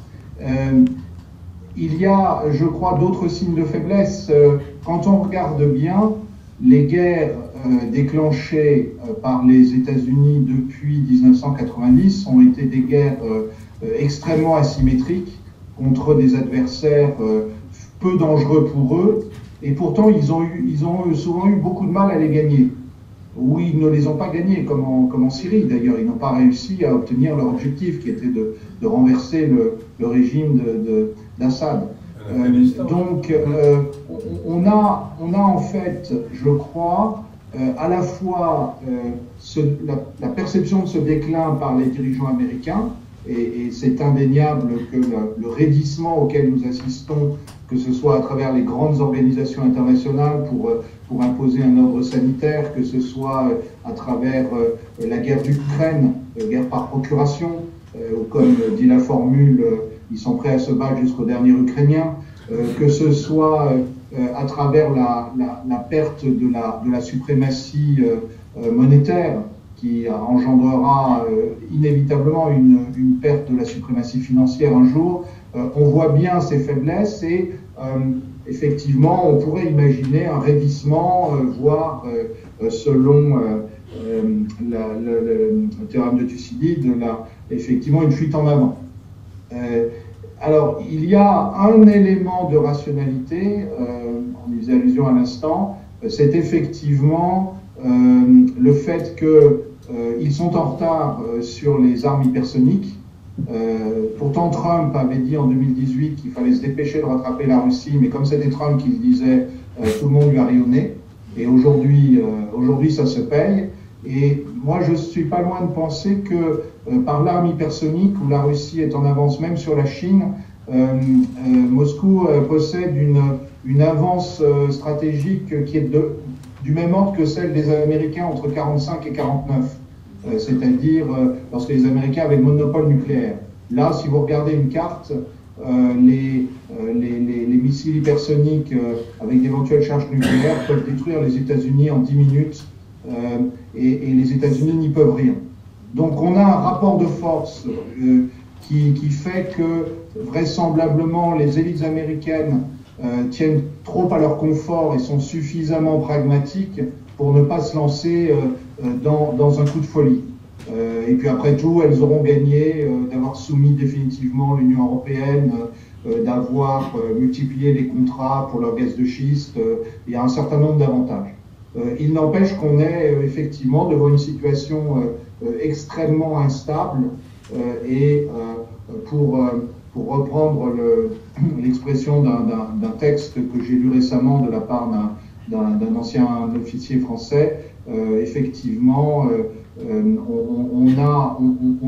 Il y a, je crois, d'autres signes de faiblesse. Quand on regarde bien, les guerres déclenchées par les États-Unis depuis 1990 ont été des guerres extrêmement asymétriques contre des adversaires peu dangereux pour eux, et pourtant ils ont souvent eu beaucoup de mal à les gagner. Ou ils ne les ont pas gagnés, comme en Syrie d'ailleurs. Ils n'ont pas réussi à obtenir leur objectif, qui était de renverser le régime d'Assad. Donc, on a en fait, je crois, à la fois la perception de ce déclin par les dirigeants américains, et c'est indéniable que le raidissement auquel nous assistons, que ce soit à travers les grandes organisations internationales pour imposer un ordre sanitaire, que ce soit à travers la guerre d'Ukraine, guerre par procuration, ou comme dit la formule, ils sont prêts à se battre jusqu'au dernier Ukrainien, que ce soit à travers la perte de la suprématie monétaire, qui engendrera inévitablement une perte de la suprématie financière un jour. On voit bien ces faiblesses et effectivement, on pourrait imaginer un raidissement, voire selon le théorème de Thucydide, effectivement une fuite en avant. Alors, il y a un élément de rationalité, on y faisait allusion à l'instant, c'est effectivement le fait qu'ils sont en retard sur les armes hypersoniques. Pourtant, Trump avait dit en 2018 qu'il fallait se dépêcher de rattraper la Russie, mais comme c'était Trump qui le disait, tout le monde lui a ri au nez. Et aujourd'hui, ça se paye. Et moi, je ne suis pas loin de penser que par l'arme hypersonique, où la Russie est en avance même sur la Chine, Moscou possède une avance stratégique qui est du même ordre que celle des Américains entre 45 et 49. C'est-à-dire lorsque les Américains avaient le monopole nucléaire. Là, si vous regardez une carte, les missiles hypersoniques avec d'éventuelles charges nucléaires peuvent détruire les États-Unis en 10 minutes et les États-Unis n'y peuvent rien. Donc on a un rapport de force qui fait que vraisemblablement les élites américaines tiennent trop à leur confort et sont suffisamment pragmatiques pour ne pas se lancer dans un coup de folie. Et puis après tout, elles auront gagné d'avoir soumis définitivement l'Union européenne, d'avoir multiplié les contrats pour leur gaz de schiste. Il y a un certain nombre d'avantages. Il n'empêche qu'on est effectivement devant une situation extrêmement instable et pour reprendre l'expression d'un texte que j'ai lu récemment de la part d'un ancien officier français, effectivement, on a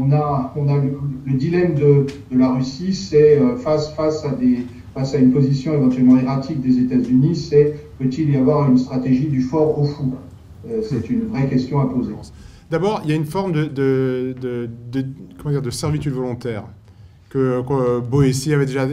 le dilemme de la Russie, c'est face à une position éventuellement erratique des États-Unis, c'est peut-il y avoir une stratégie du fort au fou? C'est une vraie question à poser. D'abord, il y a une forme de servitude volontaire que Boétie avait déjà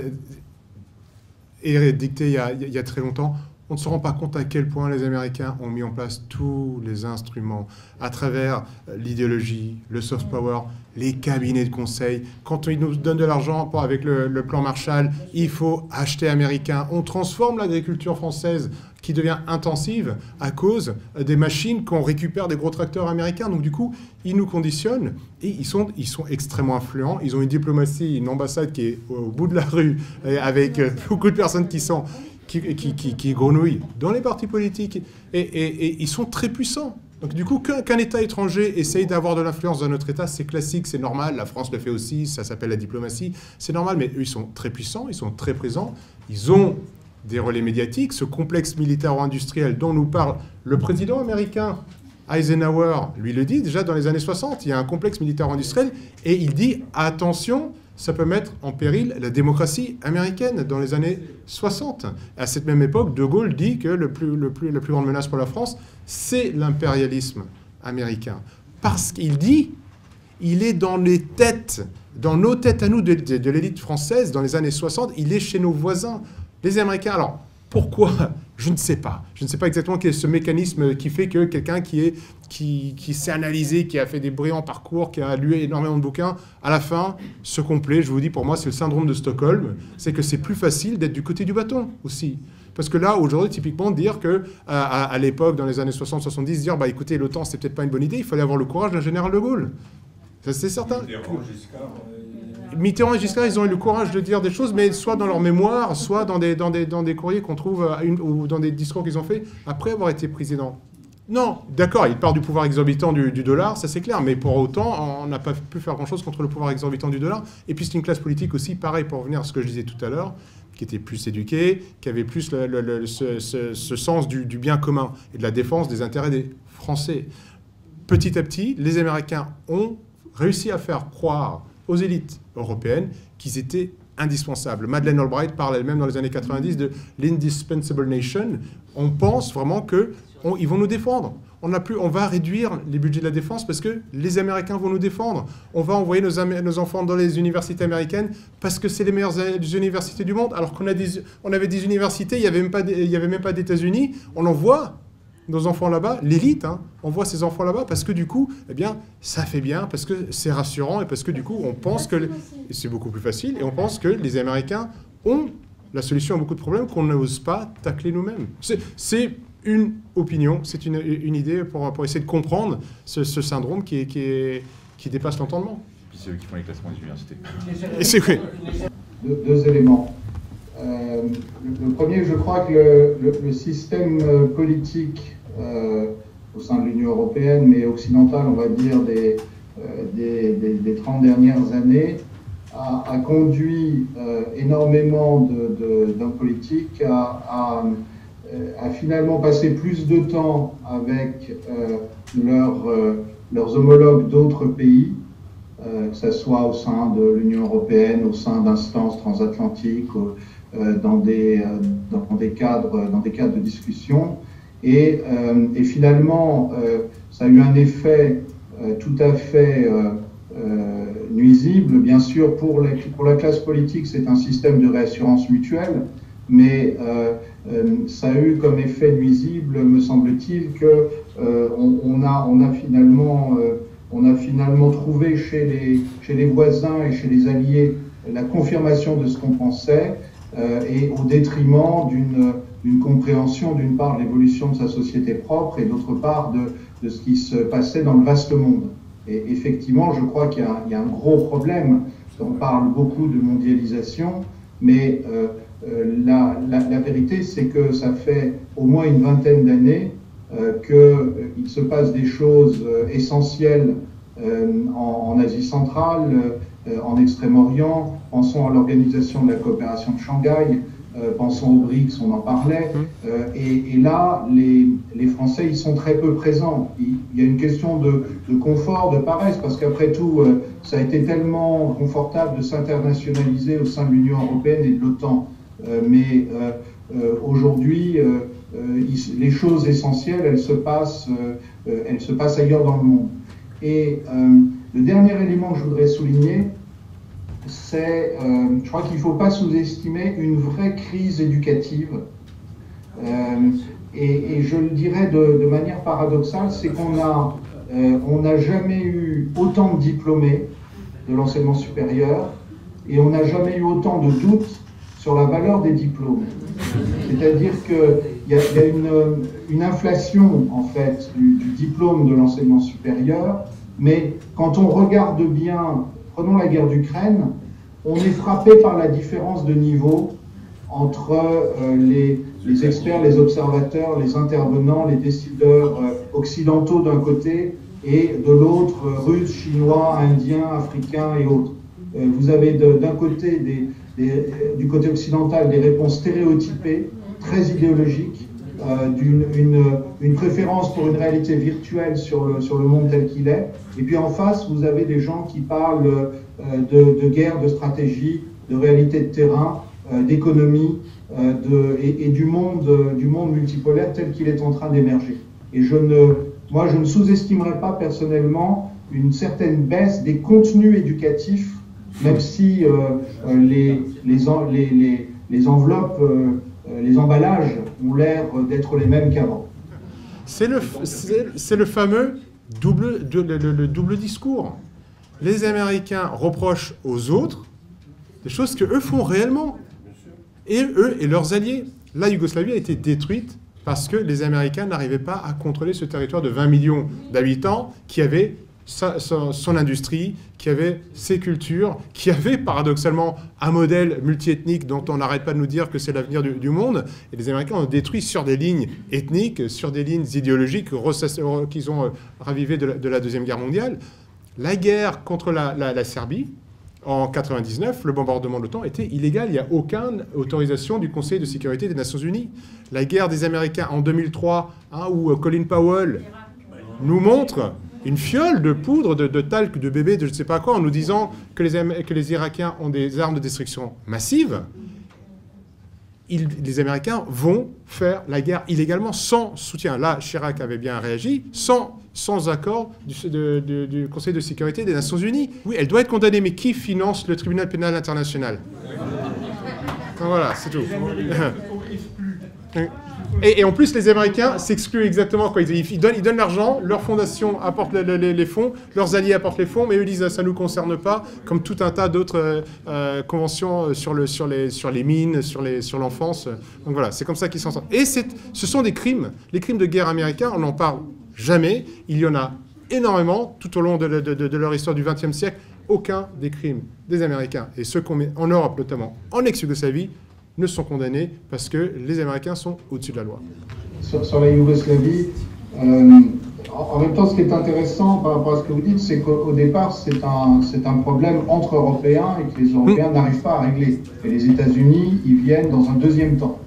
dicté il y a très longtemps. On ne se rend pas compte à quel point les Américains ont mis en place tous les instruments à travers l'idéologie, le soft power, les cabinets de conseil. Quand ils nous donnent de l'argent avec le plan Marshall, il faut acheter américain. On transforme l'agriculture française qui devient intensive à cause des machines qu'on récupère des gros tracteurs américains. Donc du coup, ils nous conditionnent et ils sont extrêmement influents. Ils ont une diplomatie, une ambassade qui est au bout de la rue avec beaucoup de personnes qui grenouillent dans les partis politiques et ils sont très puissants. Donc du coup, qu'un État étranger essaye d'avoir de l'influence dans notre État, c'est classique, c'est normal. La France le fait aussi, ça s'appelle la diplomatie. C'est normal, mais eux, ils sont très puissants, ils sont très présents. Ils ont des relais médiatiques, ce complexe militaro-industriel dont nous parle le président américain Eisenhower, lui le dit déjà dans les années 60. Il y a un complexe militaro-industriel et il dit « Attention !» ça peut mettre en péril la démocratie américaine dans les années 60. À cette même époque, De Gaulle dit que la plus grande menace pour la France, c'est l'impérialisme américain. Parce qu'il dit, il est dans les têtes, dans nos têtes à nous de l'élite française, dans les années 60, il est chez nos voisins. Les Américains, alors, pourquoi? Je ne sais pas. Je ne sais pas exactement quel est ce mécanisme qui fait que quelqu'un qui s'est analysé, qui a fait des brillants parcours, qui a lu énormément de bouquins, à la fin, se complaît. Je vous dis, pour moi, c'est le syndrome de Stockholm. C'est que c'est plus facile d'être du côté du bâton aussi. Parce que là, aujourd'hui, typiquement, dire que à l'époque, dans les années 60-70, dire, bah écoutez, l'OTAN, c'est peut-être pas une bonne idée, il fallait avoir le courage d'un général de Gaulle. Ça, c'est certain. Mitterrand et Giscard, ils ont eu le courage de dire des choses, mais soit dans leur mémoire, soit dans des courriers qu'on trouve, ou dans des discours qu'ils ont faits après avoir été président. Non, d'accord, il part du pouvoir exorbitant du dollar, ça c'est clair, mais pour autant, on n'a pas pu faire grand-chose contre le pouvoir exorbitant du dollar. Et puis c'est une classe politique aussi, pareil, pour revenir à ce que je disais tout à l'heure, qui étaient plus éduqués, qui avaient plus ce sens du bien commun et de la défense des intérêts des Français. Petit à petit, les Américains ont réussi à faire croire aux élites européennes qu'ils étaient indispensables. Madeleine Albright parle elle-même dans les années 90 de l'indispensable nation. On pense vraiment qu'ils vont nous défendre. On va réduire les budgets de la défense parce que les Américains vont nous défendre. On va envoyer nos enfants dans les universités américaines parce que c'est les meilleures universités du monde. Alors qu'on avait des universités, il n'y avait même pas d'États-Unis. On envoie nos enfants là-bas, l'élite, hein, on voit ces enfants là-bas parce que du coup, eh bien, ça fait bien, parce que c'est rassurant et parce que du coup, on pense que c'est beaucoup plus facile et on pense que les Américains ont la solution à beaucoup de problèmes qu'on n'ose pas tacler nous-mêmes. C'est une opinion, c'est une idée pour essayer de comprendre ce syndrome qui dépasse l'entendement. Et puis c'est eux qui font les classements des universités. Et c'est oui. Deux éléments. Le premier, je crois que le système politique au sein de l'Union européenne, mais occidentale, on va dire, des 30 dernières années, a conduit énormément d'hommes politiques à finalement passer plus de temps avec leurs homologues d'autres pays, que ce soit au sein de l'Union européenne, au sein d'instances transatlantiques, dans des cadres de discussion. Et finalement, ça a eu un effet tout à fait nuisible. Bien sûr, pour la classe politique, c'est un système de réassurance mutuelle, mais ça a eu comme effet nuisible, me semble-t-il, que on a finalement trouvé chez les voisins et chez les alliés la confirmation de ce qu'on pensait, et au détriment d'une compréhension, d'une part, de l'évolution de sa société propre et d'autre part de ce qui se passait dans le vaste monde. Et effectivement, je crois qu'il y a un gros problème. On parle beaucoup de mondialisation, mais la vérité, c'est que ça fait au moins une vingtaine d'années qu'il se passe des choses essentielles en Asie centrale, en Extrême-Orient. Pensons à l'Organisation de la coopération de Shanghai, pensons aux BRICS, on en parlait. Et là, les Français, ils sont très peu présents. Il y a une question de confort, de paresse, parce qu'après tout, ça a été tellement confortable de s'internationaliser au sein de l'Union européenne et de l'OTAN. Mais aujourd'hui, les choses essentielles, elles se passent ailleurs dans le monde. Et le dernier élément que je voudrais souligner, c'est, je crois qu'il ne faut pas sous-estimer une vraie crise éducative. Et je le dirais de manière paradoxale, c'est qu'on n'a jamais eu autant de diplômés de l'enseignement supérieur et on n'a jamais eu autant de doutes sur la valeur des diplômes. C'est-à-dire qu'il y a une inflation, en fait, du diplôme de l'enseignement supérieur, mais quand on regarde bien, prenons la guerre d'Ukraine, on est frappé par la différence de niveau entre les experts, les observateurs, les intervenants, les décideurs occidentaux d'un côté et de l'autre, russes, chinois, indiens, africains et autres. Vous avez d'un côté, du côté occidental, des réponses stéréotypées, très idéologiques, une préférence pour une réalité virtuelle sur le monde tel qu'il est. Et puis en face, vous avez des gens qui parlent de guerre, de stratégie, de réalité de terrain, d'économie et du monde multipolaire tel qu'il est en train d'émerger. Et moi, je ne sous-estimerai pas personnellement une certaine baisse des contenus éducatifs, même si les enveloppes, les emballages ont l'air d'être les mêmes qu'avant. C'est le fameux double discours. Les Américains reprochent aux autres des choses qu'eux font réellement. Et eux et leurs alliés. La Yougoslavie a été détruite parce que les Américains n'arrivaient pas à contrôler ce territoire de 20 millions d'habitants qui avait son industrie, qui avait ses cultures, qui avait paradoxalement un modèle multiethnique dont on n'arrête pas de nous dire que c'est l'avenir du monde. Et les Américains ont détruit sur des lignes ethniques, sur des lignes idéologiques qu'ils ont ravivées de la Deuxième Guerre mondiale. La guerre contre la Serbie en 99, le bombardement de l'OTAN était illégal. Il n'y a aucune autorisation du Conseil de sécurité des Nations Unies. La guerre des Américains en 2003, où Colin Powell nous montre une fiole de poudre, de talc, de bébé, de je ne sais pas quoi, en nous disant que les Irakiens ont des armes de destruction massive. Les Américains vont faire la guerre illégalement, sans soutien. Là, Chirac avait bien réagi, sans accord du Conseil de sécurité des Nations Unies. Oui, elle doit être condamnée, mais qui finance le tribunal pénal international? Donc voilà, c'est tout. Et en plus, les Américains s'excluent exactement. Quoi. Ils donnent l'argent, leur fondation apporte les fonds, leurs alliés apportent les fonds, mais eux disent ça ne nous concerne pas, comme tout un tas d'autres conventions sur les mines, sur l'enfance. Donc voilà, c'est comme ça qu'ils s'en sortent. Et ce sont des crimes. Les crimes de guerre américains, on n'en parle jamais. Il y en a énormément tout au long de leur histoire du XXe siècle. Aucun des crimes des Américains, et ceux qu'on met en Europe notamment, en ex-Yougoslavie, ne sont condamnés parce que les Américains sont au-dessus de la loi. Sur la Yougoslavie, en même temps, ce qui est intéressant par rapport à ce que vous dites, c'est qu'au départ, c'est un problème entre Européens et que les Européens n'arrivent pas à régler. Et les États-Unis, ils viennent dans un deuxième temps.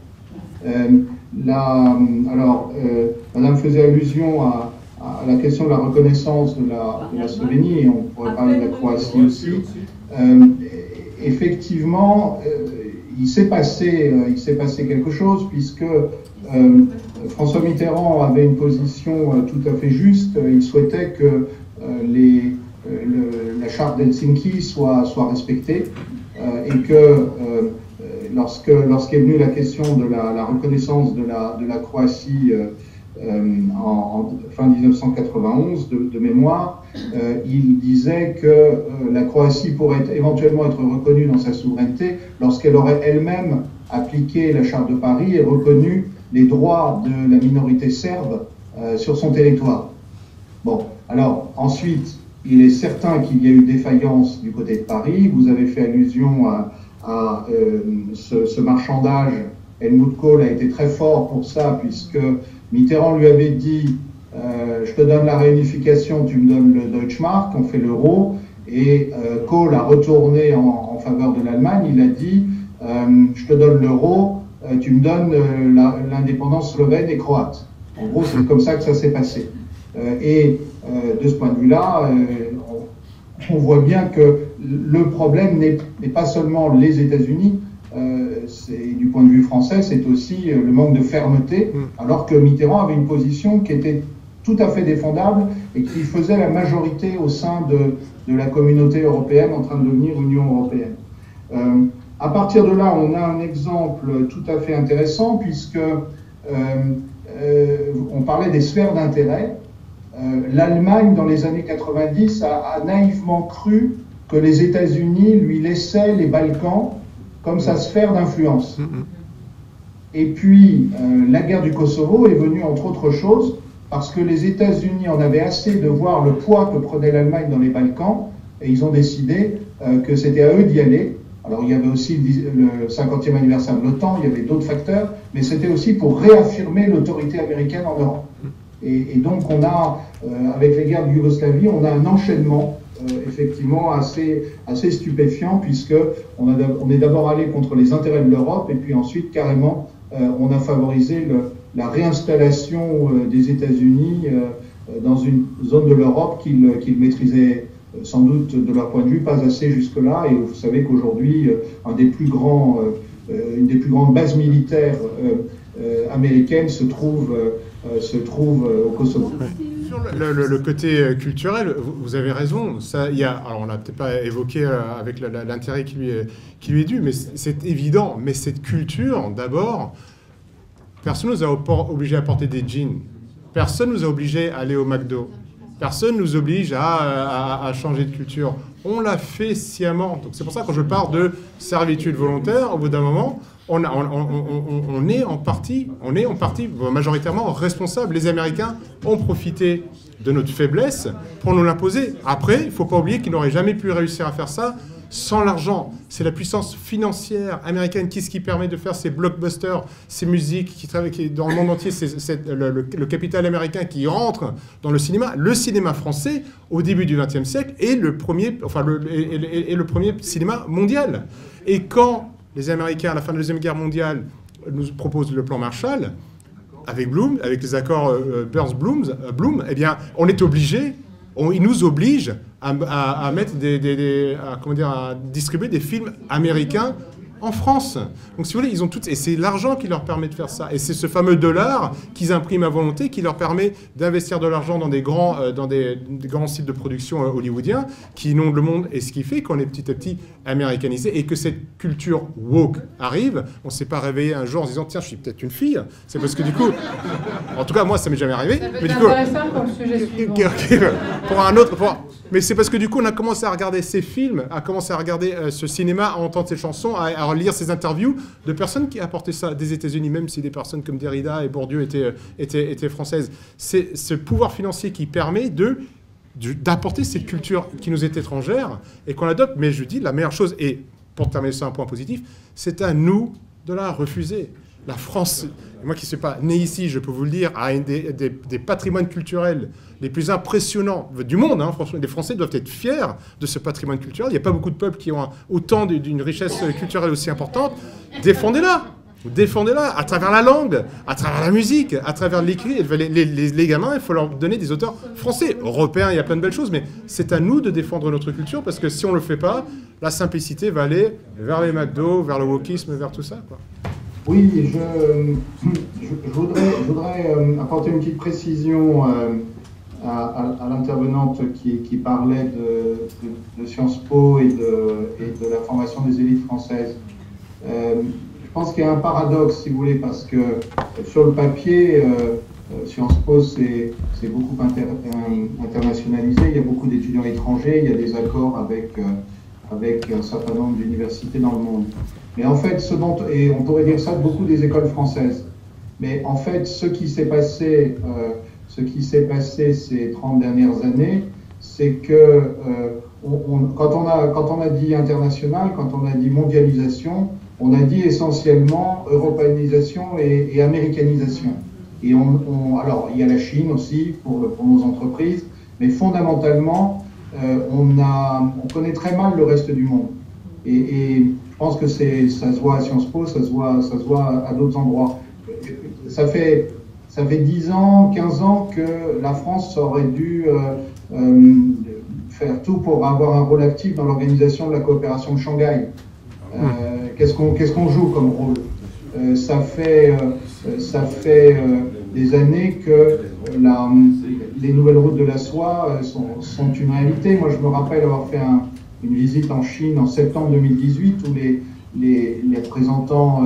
Madame faisait allusion à la question de la reconnaissance de la Slovénie, et on pourrait parler de la Croatie aussi. Effectivement, il s'est passé quelque chose, puisque François Mitterrand avait une position tout à fait juste. Il souhaitait que la charte d'Helsinki soit respectée, et que lorsqu'est venue la question de la reconnaissance de la Croatie en fin 1991, de mémoire, il disait que la Croatie pourrait éventuellement être reconnue dans sa souveraineté lorsqu'elle aurait elle-même appliqué la Charte de Paris et reconnu les droits de la minorité serbe sur son territoire. Bon, alors ensuite, il est certain qu'il y a eu défaillance du côté de Paris. Vous avez fait allusion à ce marchandage. Helmut Kohl a été très fort pour ça, puisque Mitterrand lui avait dit je te donne la réunification, tu me donnes le Deutschmark, on fait l'euro. Et Kohl a retourné en faveur de l'Allemagne. Il a dit je te donne l'euro, tu me donnes l'indépendance slovène et croate. En gros, c'est comme ça que ça s'est passé. De ce point de vue-là, on voit bien que le problème n'est pas seulement les États-Unis. Du point de vue français, c'est aussi le manque de fermeté, alors que Mitterrand avait une position qui était tout à fait défendable et qui faisait la majorité au sein de la communauté européenne en train de devenir Union européenne. À partir de là, on a un exemple tout à fait intéressant, puisque on parlait des sphères d'intérêt. L'Allemagne, dans les années 90, a naïvement cru que les États-Unis lui laissaient les Balkans comme sa sphère d'influence. Et puis, la guerre du Kosovo est venue, entre autres choses, parce que les États-Unis en avaient assez de voir le poids que prenait l'Allemagne dans les Balkans, et ils ont décidé que c'était à eux d'y aller. Alors, il y avait aussi le 50e anniversaire de l'OTAN, il y avait d'autres facteurs, mais c'était aussi pour réaffirmer l'autorité américaine en Europe. Et donc, on a, avec les guerres de Yougoslavie, on a un enchaînement effectivement assez stupéfiant, puisque on est d'abord allé contre les intérêts de l'Europe, et puis ensuite carrément on a favorisé la réinstallation des États-Unis dans une zone de l'Europe qu'ils maîtrisaient sans doute de leur point de vue pas assez jusque-là. Et vous savez qu'aujourd'hui une des plus grandes bases militaires américaines se trouve au Kosovo. Sur le côté culturel, vous avez raison. Alors on l'a peut-être pas évoqué avec l'intérêt qui lui est dû, mais c'est évident. Mais cette culture, d'abord, personne ne nous a obligés à porter des jeans. Personne ne nous a obligés à aller au McDo. Personne ne nous oblige à changer de culture. On l'a fait sciemment. Donc c'est pour ça que quand je parle de servitude volontaire, au bout d'un moment, on est en partie majoritairement responsable. Les Américains ont profité de notre faiblesse pour nous l'imposer. Après, il ne faut pas oublier qu'ils n'auraient jamais pu réussir à faire ça sans l'argent. C'est la puissance financière américaine qui permet de faire ces blockbusters, ces musiques qui travaillent dans le monde entier. C'est le capital américain qui rentre dans le cinéma. Le cinéma français, au début du XXe siècle, est le premier cinéma mondial. Et quand les Américains, à la fin de la Deuxième Guerre mondiale, nous proposent le plan Marshall, avec Bloom, avec les accords Burns-Bloom, eh bien, on est obligé, ils nous obligent à mettre à distribuer des films américains en France. Donc, si vous voulez, ils ont tout, et c'est l'argent qui leur permet de faire ça. Et c'est ce fameux dollar qu'ils impriment à volonté qui leur permet d'investir de l'argent dans des grands sites de production hollywoodiens qui inondent le monde. Et ce qui fait qu'on est petit à petit américanisé et que cette culture woke arrive. On ne s'est pas réveillé un jour en se disant tiens, je suis peut-être une fille. C'est parce que du coup, en tout cas, moi, ça m'est jamais arrivé. Ça peut mais être du coup, intéressant comme sujet suivant. pour un autre. Mais c'est parce que du coup, on a commencé à regarder ces films, à commencer à regarder ce cinéma, à entendre ces chansons, à lire ces interviews de personnes qui apportaient ça des États-Unis, même si des personnes comme Derrida et Bourdieu étaient françaises. C'est ce pouvoir financier qui permet d'apporter cette culture qui nous est étrangère et qu'on adopte. Mais je dis, la meilleure chose, et pour terminer sur un point positif, c'est à nous de la refuser. La France, moi qui ne suis pas né ici, je peux vous le dire, a des patrimoines culturels les plus impressionnants du monde. Hein, franchement, les Français doivent être fiers de ce patrimoine culturel. Il n'y a pas beaucoup de peuples qui ont autant d'une richesse culturelle aussi importante. Défendez-la. Défendez-la à travers la langue, à travers la musique, à travers l'écrit. Les gamins, il faut leur donner des auteurs français, européens, il y a plein de belles choses, mais c'est à nous de défendre notre culture parce que si on ne le fait pas, la simplicité va aller vers les McDo, vers le wokisme, vers tout ça, quoi. Oui, je voudrais apporter une petite précision à l'intervenante qui parlait de Sciences Po et de la formation des élites françaises. Je pense qu'il y a un paradoxe, si vous voulez, parce que sur le papier, Sciences Po c'est beaucoup internationalisé, il y a beaucoup d'étudiants étrangers, il y a des accords avec un certain nombre d'universités dans le monde. Mais en fait, et on pourrait dire ça de beaucoup des écoles françaises, mais en fait, ce qui s'est passé ces 30 dernières années, c'est que quand on a dit international, quand on a dit mondialisation, on a dit essentiellement européanisation et américanisation. Et alors, il y a la Chine aussi pour nos entreprises, mais fondamentalement, on connaît très mal le reste du monde. Et je pense que ça se voit à Sciences Po, ça se voit à d'autres endroits. Ça fait 10 ans, 15 ans que la France aurait dû faire tout pour avoir un rôle actif dans l'organisation de la coopération de Shanghai. Qu'est-ce qu'on joue comme rôle? Ça fait des années que les nouvelles routes de la soie sont une réalité. Moi, je me rappelle avoir fait une visite en Chine en septembre 2018 où les représentants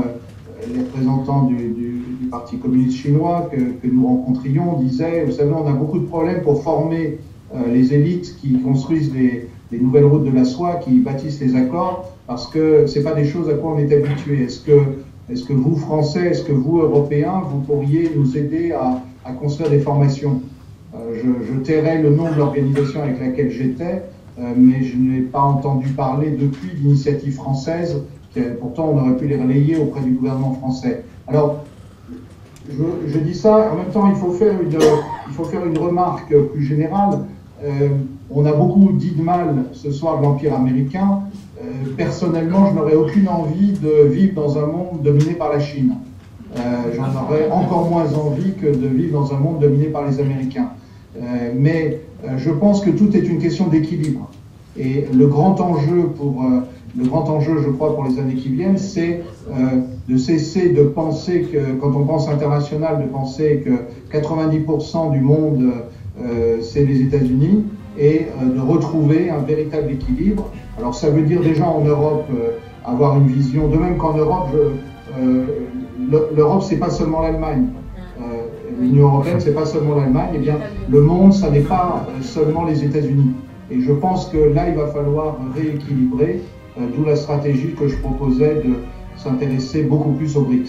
du Parti communiste chinois que nous rencontrions disaient, vous savez, on a beaucoup de problèmes pour former les élites qui construisent les nouvelles routes de la soie, qui bâtissent les accords, parce que ce n'est pas des choses à quoi on est habitué. Est-ce que vous, Français, est-ce que vous, Européens, vous pourriez nous aider à construire des formations? Je tairai le nom de l'organisation avec laquelle j'étais, mais je n'ai pas entendu parler depuis d'initiatives françaises. Pourtant, on aurait pu les relayer auprès du gouvernement français. Alors, je dis ça, en même temps, il faut faire une remarque plus générale. On a beaucoup dit de mal ce soir de l'Empire américain. Personnellement, je n'aurais aucune envie de vivre dans un monde dominé par la Chine. J'en aurais encore moins envie que de vivre dans un monde dominé par les Américains. Mais je pense que tout est une question d'équilibre. Et le grand enjeu, je crois, pour les années qui viennent, c'est de cesser de penser que, quand on pense international, de penser que 90% du monde, c'est les États-Unis, et de retrouver un véritable équilibre. Alors ça veut dire déjà en Europe avoir une vision, de même qu'en Europe, l'Europe c'est pas seulement l'Allemagne, l'Union européenne c'est pas seulement l'Allemagne, et bien le monde ça n'est pas seulement les États-Unis. Et je pense que là il va falloir rééquilibrer, d'où la stratégie que je proposais de s'intéresser beaucoup plus aux BRICS.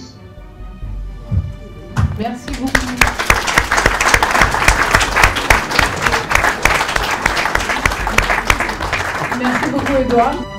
Merci beaucoup. Merci beaucoup, Edouard.